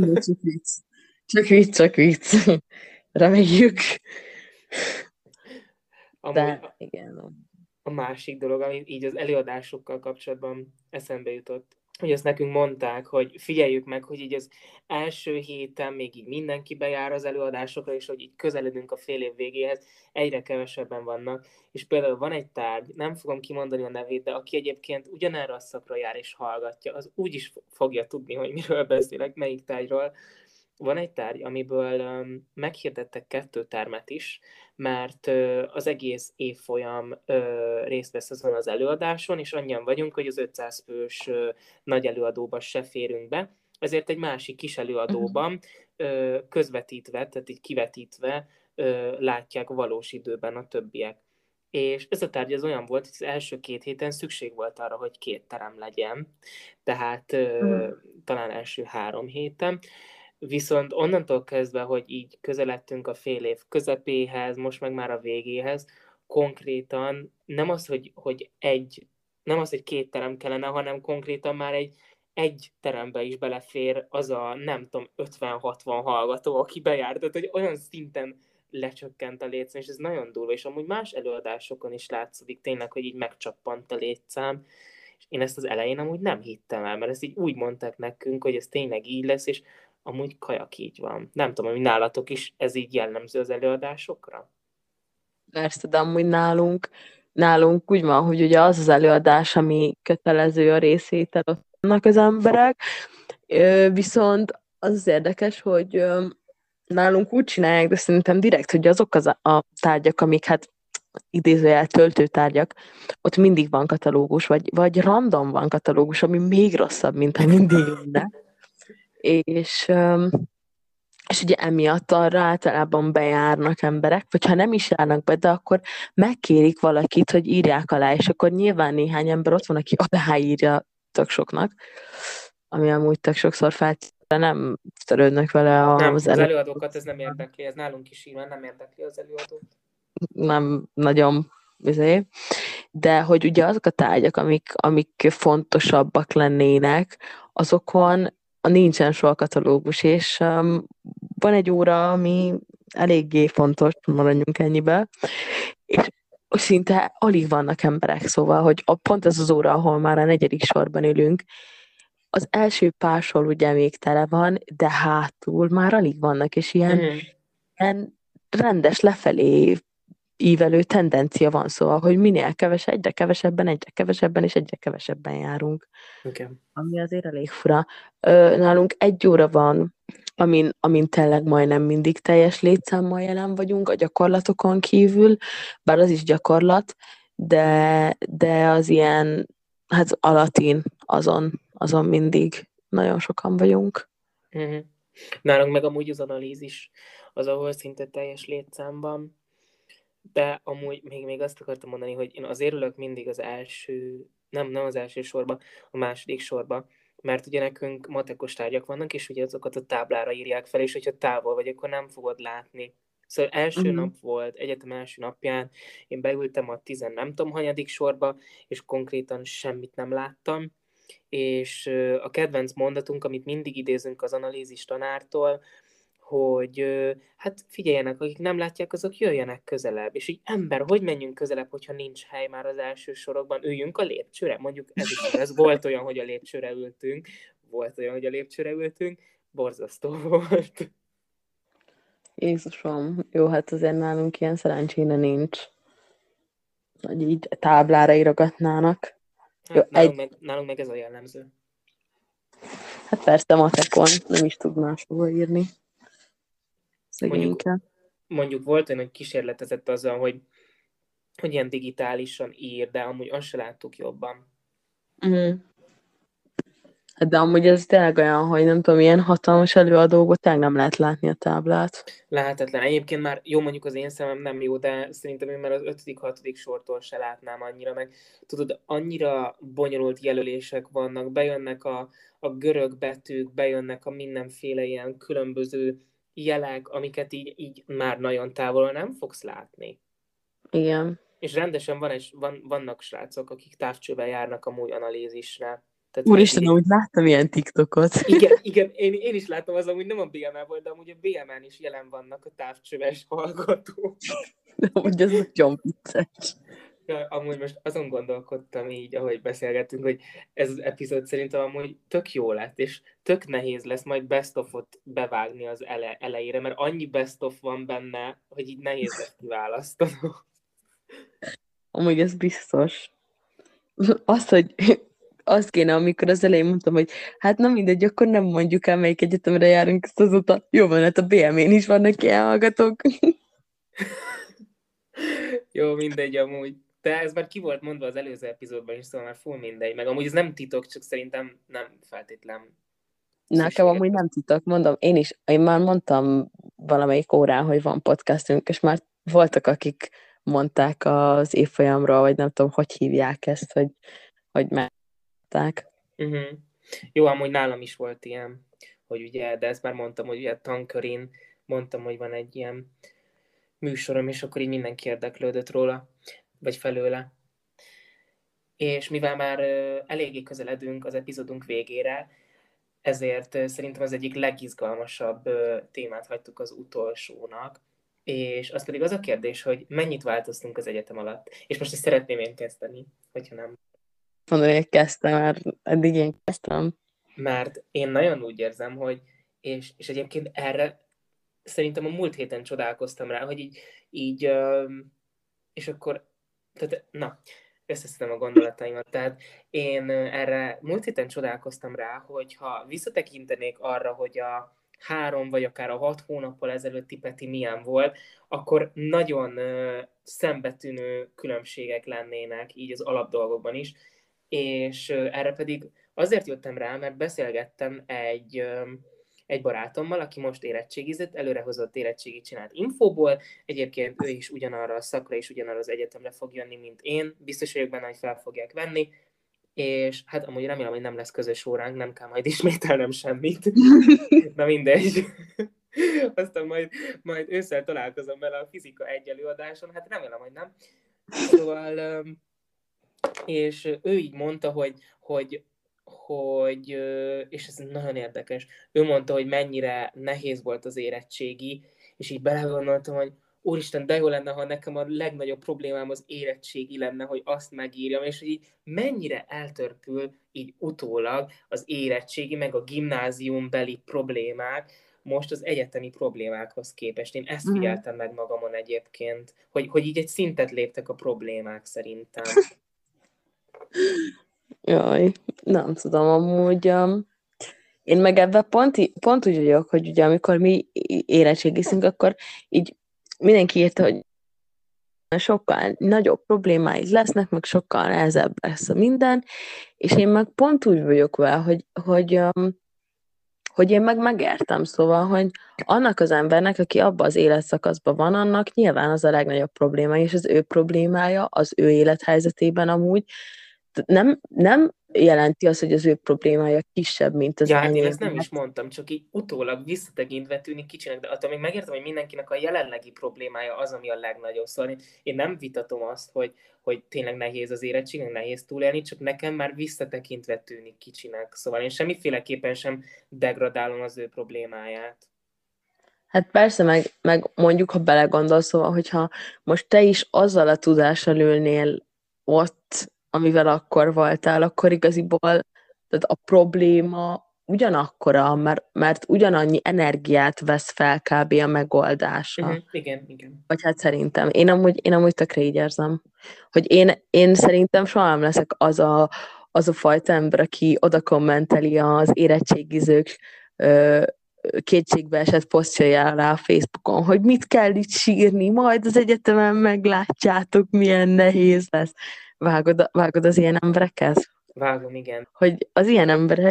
Csak vicc. Reméljük. De igen. A másik dolog, ami így az előadásokkal kapcsolatban eszembe jutott, hogy azt nekünk mondták, hogy figyeljük meg, hogy így az első héten még így mindenki bejár az előadásokra, és hogy így közeledünk a fél év végéhez, egyre kevesebben vannak. És például van egy tárgy, nem fogom kimondani a nevét, de aki egyébként ugyanerre a szakra jár és hallgatja, az úgy is fogja tudni, hogy miről beszélek, melyik tárgyról. Van egy tárgy, amiből meghirdettek 2 termet is, mert az egész évfolyam részt vesz azon az előadáson, és annyian vagyunk, hogy az 500 fős nagy előadóba se férünk be, ezért egy másik kis előadóban közvetítve, tehát így kivetítve látják valós időben a többiek. És ez a tárgy az olyan volt, hogy az első 2 héten szükség volt arra, hogy 2 terem legyen, tehát talán első 3 héten, viszont onnantól kezdve, hogy így közeledtünk a fél év közepéhez, most meg már a végéhez, konkrétan nem az, hogy 2 terem kellene, hanem konkrétan már egy terembe is belefér az a, nem tudom, 50-60 hallgató, aki bejár. Tehát, hogy olyan szinten lecsökkent a létszám, és ez nagyon durva, és amúgy más előadásokon is látszik tényleg, hogy így megcsappant a létszám, és én ezt az elején amúgy nem hittem el, mert ezt így úgy mondták nekünk, hogy ez tényleg így lesz, és amúgy kajak így van. Nem tudom, hogy nálatok is ez így jellemző az előadásokra? Persze, de amúgy nálunk úgy van, hogy ugye az előadás, ami kötelező a részvétel, ott vannak az emberek, viszont az érdekes, hogy nálunk úgy csinálják, de szerintem direkt, hogy azok a tárgyak, amik hát idézőjel töltőtárgyak, ott mindig van katalógus, vagy random van katalógus, ami még rosszabb, mint ha mindig lenne. És ugye emiatt arra általában bejárnak emberek, vagy ha nem is járnak be, de akkor megkérik valakit, hogy írják alá, és akkor nyilván néhány ember ott van, aki aláírja tök soknak, ami amúgy tök sokszor feltétlenül nem törődnek vele az előadókat ez nem érdekli, ez nálunk is így van, nem érdekli az előadót. Nem nagyon de hogy ugye azok a tárgyak, amik fontosabbak lennének, azokon nincsen soha katalógus, és van egy óra, ami eléggé fontos, maradjunk ennyibe, és szinte alig vannak emberek, szóval, hogy pont ez az óra, ahol már a 4. sorban ülünk, az első pár ugye még tele van, de hátul már alig vannak, és ilyen rendes lefelé ívelő tendencia van, szóval, hogy minél egyre kevesebben és egyre kevesebben járunk. Okay. Ami azért elég fura. Nálunk 1 óra van, amin tényleg majdnem mindig teljes létszámmal jelen vagyunk a gyakorlatokon kívül, bár az is gyakorlat, de az ilyen, hát alatin azon mindig nagyon sokan vagyunk. Nálunk meg amúgy az analízis az, ahol szinte teljes létszámban, de amúgy még azt akartam mondani, hogy én azért ülök mindig az első, nem az első sorba, a második sorba, mert ugye nekünk matekos tárgyak vannak, és ugye azokat a táblára írják fel, és hogyha távol vagy, akkor nem fogod látni. Szóval első nap volt, egyetem első napján, én beültem a 10 nem tudom hanyadik sorba, és konkrétan semmit nem láttam, és a kedvenc mondatunk, amit mindig idézünk az analízis tanártól, hogy hát figyeljenek, akik nem látják, azok jöjjenek közelebb. És így ember, hogy menjünk közelebb, hogyha nincs hely már az első sorokban, üljünk a lépcsőre. Mondjuk ez volt olyan, hogy a lépcsőre ültünk, borzasztó volt. Jézusom, jó, hát azért nálunk ilyen szerencsére nincs, hogy így táblára írogatnának. Hát Jó, nálunk meg ez a jellemző. Hát persze matekon nem is tud máshova írni. Mondjuk volt olyan, hogy kísérletezett azzal, hogy ilyen digitálisan ír, de amúgy azt se láttuk jobban. De amúgy ez tényleg olyan, hogy nem tudom, ilyen hatalmas előadóból tényleg nem lehet látni a táblát. Lehetetlen. Egyébként már jó, mondjuk az én szemem nem jó, de szerintem én már az 5.-6. sortól se látnám annyira, meg tudod, annyira bonyolult jelölések vannak, bejönnek a görög betűk, bejönnek a mindenféle ilyen különböző jelek, amiket így már nagyon távolról nem fogsz látni. Igen. És rendesen vannak srácok, akik távcsővel járnak amúgy analízisre. Úristen, úgy láttam ilyen TikTokot. Igen, én is látom, az amúgy nem a BME volt, de amúgy a BME-n is jelen vannak a távcsöves hallgatók. De amúgy ez nagyon vicces. Ja, amúgy most azon gondolkodtam így, ahogy beszélgettünk, hogy ez az epizód szerintem amúgy tök jó lett, és tök nehéz lesz majd best of-ot bevágni az elejére, mert annyi best of van benne, hogy így nehéz lesz kiválasztanom. Amúgy ez biztos. Azt kéne, amikor az elején mondtam, hogy hát nem mindegy, akkor nem mondjuk el, melyik egyetemre járunk, ezt azóta jó van, hát a BM-én is vannak ilyen hallgatók. Jó, mindegy amúgy. De ez már ki volt mondva az előző epizódban is, szóval már full mindegy. Meg amúgy ez nem titok, csak szerintem nem feltétlen. Nekem amúgy nem titok, mondom, én már mondtam valamelyik órán, hogy van podcastunk, és már voltak, akik mondták az évfolyamról, vagy nem tudom, hogy hívják ezt, hogy megták. Jó, amúgy nálam is volt ilyen, hogy ugye, de ezt már mondtam, hogy ugye tankörin mondtam, hogy van egy ilyen műsorom, és akkor így mindenki érdeklődött róla, vagy felőle. És mivel már eléggé közeledünk az epizódunk végére, ezért szerintem az egyik legizgalmasabb témát hagytuk az utolsónak, és az pedig az a kérdés, hogy mennyit változtunk az egyetem alatt. És most ezt szeretném én kezdeni, hogyha nem. Mondom, hogy kezdtem, már eddig én kezdtem. Mert én nagyon úgy érzem, hogy, és egyébként erre szerintem a múlt héten csodálkoztam rá, hogy így és akkor, tehát, na, összeszedem a gondolataimat. Tehát én erre múlt héten csodálkoztam rá, hogy ha visszatekintenék arra, hogy a 3 vagy akár a 6 hónappal ezelőtti Peti milyen volt, akkor nagyon szembetűnő különbségek lennének így az alapdolgokban is, és erre pedig azért jöttem rá, mert beszélgettem egy barátommal, aki most érettségizett, előrehozott érettségit csinált infóból, egyébként ő is ugyanarra a szakra és ugyanarra az egyetemre fog jönni, mint én, biztos vagyok benne, hogy fel fogják venni, és hát amúgy remélem, hogy nem lesz közös óránk, nem kell majd ismételnem semmit. Na mindegy. Aztán majd ősszel találkozom vele a fizika 1 előadáson, hát remélem, hogy nem. Szóval, és ő így mondta, hogy és ez nagyon érdekes, ő mondta, hogy mennyire nehéz volt az érettségi, és így belegondoltam, hogy úristen, de jó lenne, ha nekem a legnagyobb problémám az érettségi lenne, hogy azt megírjam, és hogy így mennyire eltörpül így utólag az érettségi, meg a gimnáziumbeli problémák, most az egyetemi problémákhoz képest. Én ezt figyeltem meg magamon egyébként, hogy így egy szintet léptek a problémák szerintem. Jaj, nem tudom, amúgy én meg ebben pont úgy vagyok, hogy ugye amikor mi érettségiszünk, akkor így mindenki írta, hogy sokkal nagyobb problémáid lesznek, meg sokkal nehezebb lesz a minden, és én meg pont úgy vagyok vele, hogy én meg megértem, szóval, hogy annak az embernek, aki abban az életszakaszban van, annak nyilván az a legnagyobb probléma, és az ő problémája az ő élethelyzetében amúgy nem jelenti azt, hogy az ő problémája kisebb, mint az hát én enyém. ezt nem is mondtam, csak így utólag visszatekintve tűnik kicsinek, de attól még megértem, hogy mindenkinek a jelenlegi problémája az, ami a legnagyobb. Szóval én nem vitatom azt, hogy tényleg nehéz az érettség, nehéz túlélni, csak nekem már visszatekintve tűnik kicsinek. Szóval én semmiféleképpen sem degradálom az ő problémáját. Hát persze, meg mondjuk, ha belegondolsz, szóval, hogyha most te is azzal a tudással ülnél ott, amivel akkor voltál, akkor igaziból tehát a probléma ugyanakkora, mert ugyanannyi energiát vesz fel kb. A megoldása. Igen. Vagy hát szerintem. Én amúgy tökre így érzem, hogy én szerintem soha nem leszek az a fajta ember, aki oda kommenteli az érettségizők kétségbe esett posztjaijára a Facebookon, hogy mit kell itt sírni, majd az egyetemen meglátjátok, milyen nehéz lesz. Vágod az ilyen emberekhez? Vágom, igen. Hogy az ilyen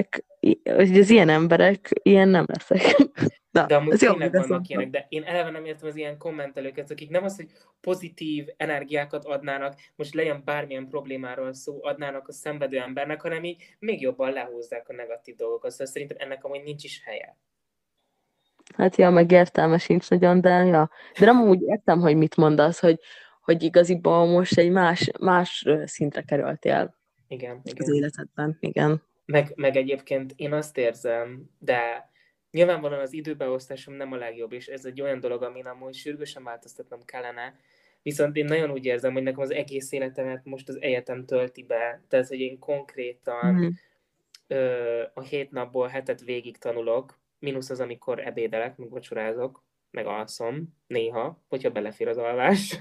emberek ilyen nem leszek. Na, de amúgy tényleg vannak ilyenek, de én eleve nem értem az ilyen kommentelőket, akik nem az, hogy pozitív energiákat adnának, most legyen bármilyen problémáról szó, adnának a szenvedő embernek, hanem így még jobban lehúzzák a negatív dolgokat. Szóval szerintem ennek amúgy nincs is helye. Hát ja, meg értelme sincs nagyon, de ja. De nem úgy értem, hogy mit mondasz, hogy igaziból most egy más szintre kerültél. Igen. Az életedben, igen. Meg egyébként én azt érzem, de nyilvánvalóan az időbeosztásom nem a legjobb, és ez egy olyan dolog, amin amúgy sürgősen változtatnom kellene, viszont én nagyon úgy érzem, hogy nekem az egész életemet most az egyetem tölti be, tehát hogy én konkrétan a 7 napból 7-et végig tanulok, mínusz az, amikor ebédelek, meg vacsorázok, meg alszom, néha, hogyha belefér az alvás.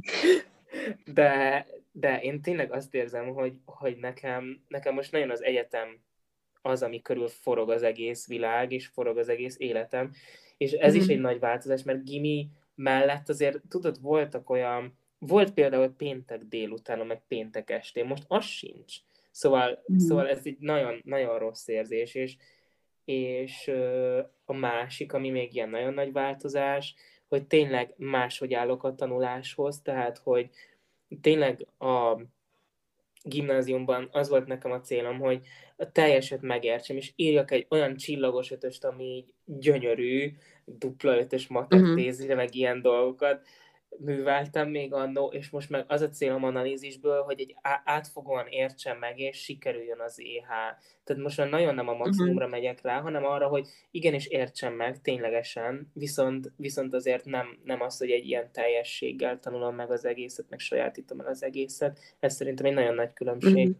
De én tényleg azt érzem, hogy nekem most nagyon az egyetem az, ami körül forog az egész világ, és forog az egész életem. És ez is egy nagy változás, mert gimi mellett azért, tudod, volt például péntek délután, meg péntek estén, most az sincs. Szóval ez egy nagyon, nagyon rossz érzés, és a másik, ami még ilyen nagyon nagy változás, hogy tényleg máshogy állok a tanuláshoz, tehát, hogy tényleg a gimnáziumban az volt nekem a célom, hogy a teljeset megértsem, és írjak egy olyan csillagos ötöst, ami így gyönyörű, dupla ötös matek tézire, meg ilyen dolgokat műveltem még annó, és most meg az a célom analízisből, hogy egy átfogóan értsem meg, és sikerüljön az EH. Tehát most már nagyon nem a maximumra megyek rá, hanem arra, hogy igenis értsem meg ténylegesen, viszont azért nem az, hogy egy ilyen teljességgel tanulom meg az egészet, meg sajátítom meg az egészet. Ez szerintem egy nagyon nagy különbség.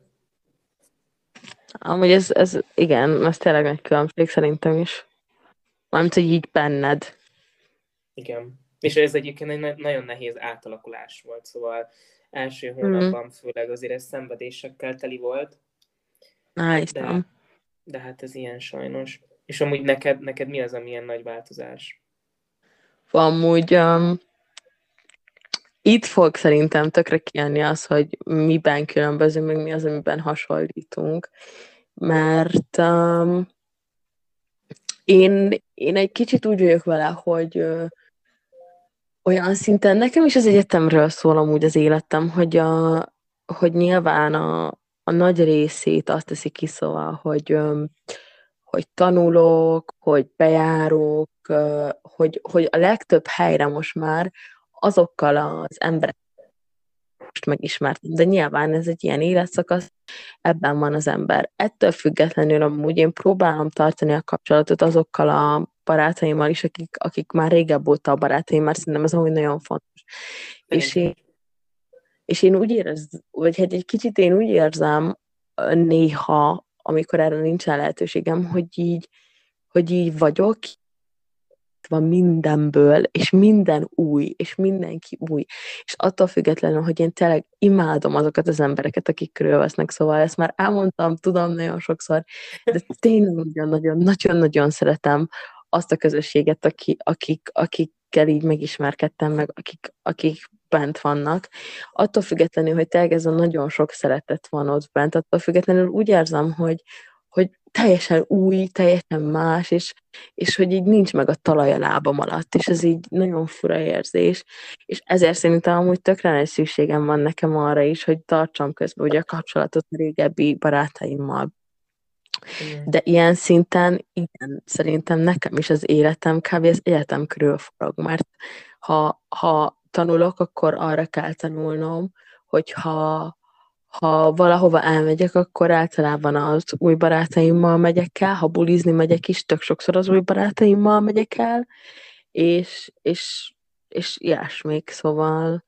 Amúgy ez igen, ez tényleg nagy különbség szerintem is. Mármint, hogy így benned. Igen. És ez egyébként egy nagyon nehéz átalakulás volt, szóval első hónapban főleg azért ez szenvedésekkel teli volt. De hát ez ilyen sajnos. És amúgy neked mi az, amilyen nagy változás? Amúgy itt fog szerintem tökre kijönni az, hogy miben különbözünk, meg mi az, amiben hasonlítunk. Mert én egy kicsit úgy vagyok vele, hogy olyan szinten nekem is az egyetemről szól amúgy az életem, hogy nyilván a nagy részét azt teszi ki, szóval, hogy tanulok, hogy bejárok, hogy a legtöbb helyre most már azokkal az emberek most megismertem, de nyilván ez egy ilyen életszakasz, ebben van az ember. Ettől függetlenül amúgy én próbálom tartani a kapcsolatot azokkal barátaimmal is, akik már régebb óta a barátaim, már szerintem ez amúgy nagyon fontos. És Szerintem én, is. és én úgy vagy hát egy kicsit én úgy érzem néha, amikor erre nincsen lehetőségem, hogy így vagyok, van mindenből, és minden új, és mindenki új. És attól függetlenül, hogy én tényleg imádom azokat az embereket, akik körülvesznek, szóval ezt már elmondtam, tudom nagyon sokszor, de tényleg nagyon-nagyon szeretem azt a közösséget, akikkel így megismerkedtem, meg akik bent vannak. Attól függetlenül, hogy tényleg ez a nagyon sok szeretet van ott bent, attól függetlenül úgy érzem, hogy teljesen új, teljesen más, és hogy így nincs meg a talaj a lábam alatt, és ez így nagyon fura érzés, és ezért szerintem amúgy tökre nagy szükségem van nekem arra is, hogy tartsam közben ugye a kapcsolatot a régebbi barátaimmal. Igen. De ilyen szinten, igen, szerintem nekem is az életem kb. Az életem körül forog, mert ha tanulok, akkor arra kell tanulnom, hogyha valahova elmegyek, akkor általában az új barátaimmal megyek el, ha bulizni megyek is, tök sokszor az új barátaimmal megyek el, és, és, és ilyesmik, szóval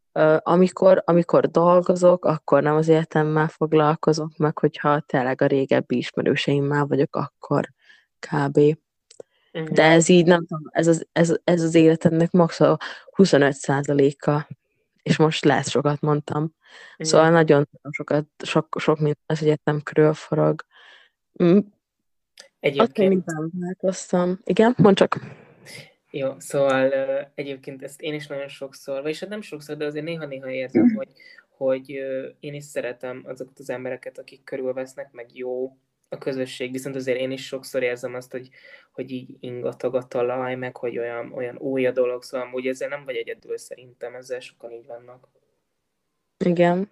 amikor dolgozok, akkor nem az életemmel foglalkozok, meg hogyha tényleg a régebbi ismerőseimmel vagyok, akkor kb. De Igen. ez így nem tudom, ez az életemnek max. A 25%-a, és most lehet sokat mondtam. Szóval Igen. nagyon sok minden az egyetem körül forog. Mm, Azt még Egyébként, minden változtam. Igen, mondd csak. jó, szóval egyébként ezt én is nagyon sokszor, vagyis hát nem sokszor, de azért néha-néha érzem, hogy én is szeretem azokat az embereket, akik körülvesznek, meg jó a közösség, viszont azért én is sokszor érzem azt, hogy így ingatag a talaj, meg hogy olyan új a dolog, szóval amúgy ezzel nem vagy egyedül szerintem, ezzel sokan így vannak. Igen.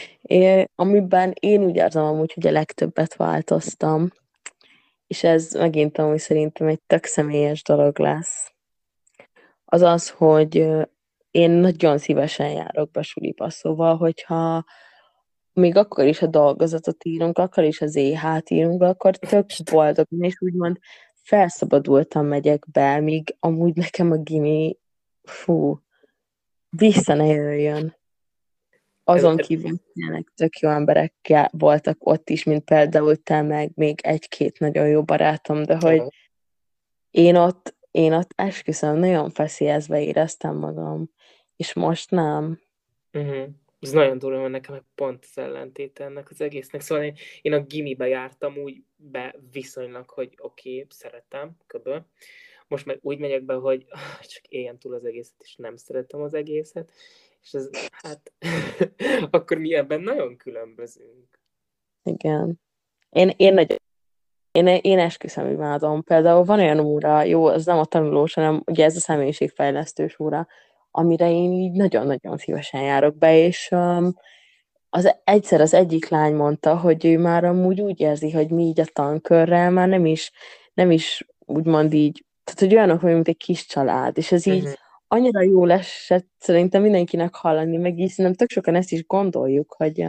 Amiben én úgy érzem amúgy, hogy a legtöbbet változtam, és ez megint amúgy szerintem egy tök személyes dolog lesz. Az az, hogy én nagyon szívesen járok be suliba, szóval, hogyha még akkor is a dolgozatot írunk, akkor is az EH-t írunk, akkor tök boldogan, és úgymond felszabadultan megyek be, míg amúgy nekem a gimi, fú, vissza ne jöjjön. Ez, Azon ez, kívül tényleg tök jó emberek voltak ott is, mint például te, meg még egy-két nagyon jó barátom, de hogy én ott esküszöm, nagyon feszélyezve éreztem magam, és most nem. uh-huh. Ez nagyon durva, mert nekem pont az ellentéte ennek az egésznek. Szóval én a gimibe jártam úgy be viszonylag, hogy oké, szeretem, köböl. Most meg úgy megyek be, hogy csak éljen túl az egészet, és nem szeretem az egészet. És ez, hát, akkor mi ebben nagyon különbözünk. Igen. Én nagyon én esküszöm, imádom. Például van olyan óra, jó, az nem a tanulós, hanem ugye ez a személyiségfejlesztős óra, amire én így nagyon-nagyon szívesen járok be, és egyszer az egyik lány mondta, hogy ő már amúgy úgy érzi, hogy mi így a tankörrel már nem is úgymond így, tehát hogy olyanok vagyunk, mint egy kis család, és ez így Uh-huh. annyira jól esett szerintem mindenkinek hallani, meg így szerintem tök sokan ezt is gondoljuk, hogy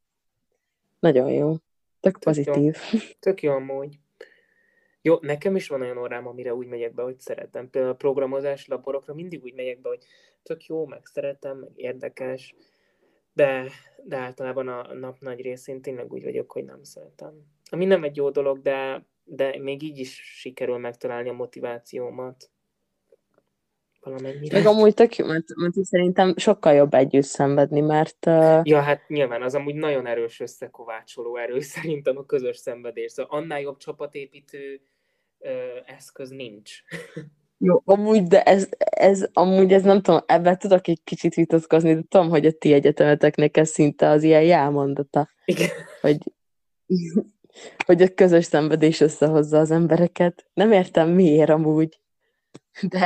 nagyon jó, tök Tök jó. pozitív. Tök jó amúgy. Jó, nekem is van olyan órám, amire úgy megyek be, hogy szeretem. Például a programozás laborokra mindig úgy megyek be, hogy tök jó, meg szeretem, meg érdekes, de, de általában a nap nagy részén tényleg úgy vagyok, hogy nem szeretem. Ami nem egy jó dolog, de még így is sikerül megtalálni a motivációmat valamennyire. Meg amúgy tök jó, mert így szerintem sokkal jobb együtt szenvedni, mert Ja, hát nyilván az amúgy nagyon erős összekovácsoló erő szerintem a közös szenvedés. Szóval annál jobb csapatépítő eszköz nincs. jó, amúgy, de ez nem tudom, ebben tudok egy kicsit vitatkozni, de tudom, hogy a ti egyetemeteknek ez szinte az ilyen jelmondata, Igen. hogy, hogy a közös szenvedés összehozza az embereket. Nem értem miért amúgy, de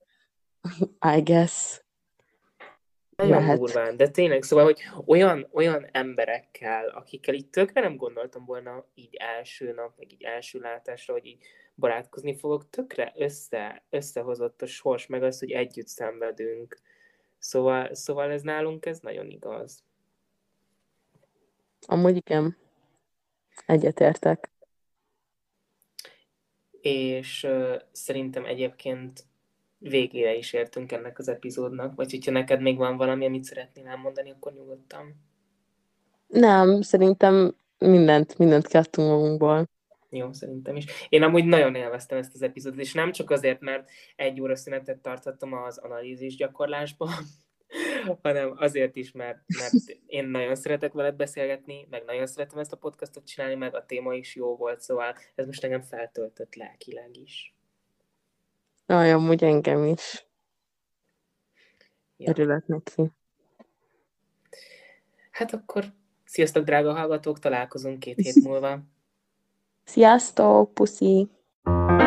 I guess Nagyon lehet. durván, de tényleg, szóval, hogy olyan emberekkel, akikkel így tökre nem gondoltam volna így első nap, meg így első látásra, hogy így barátkozni fogok, tökre összehozott a sors, meg az, hogy együtt szenvedünk. Szóval ez nálunk, ez nagyon igaz. Amúgy igen, egyetértek. és szerintem egyébként végére is értünk ennek az epizódnak, vagy hogyha neked még van valami, amit szeretnél elmondani, akkor nyugodtan. Nem, szerintem mindent kiadtunk magunkból. Jó, szerintem is. Én amúgy nagyon élveztem ezt az epizódot, és nem csak azért, mert 1 óra szünetet tartottam az analízis gyakorlásban, hanem azért is, mert én nagyon szeretek veled beszélgetni, meg nagyon szeretem ezt a podcastot csinálni, meg a téma is jó volt, szóval ez most engem feltöltött lelkileg is. Jaj, amúgy engem is. Ja. Örülök neki. Hát akkor sziasztok, drága hallgatók, találkozunk 2 hét múlva. Sziasztok, puszi!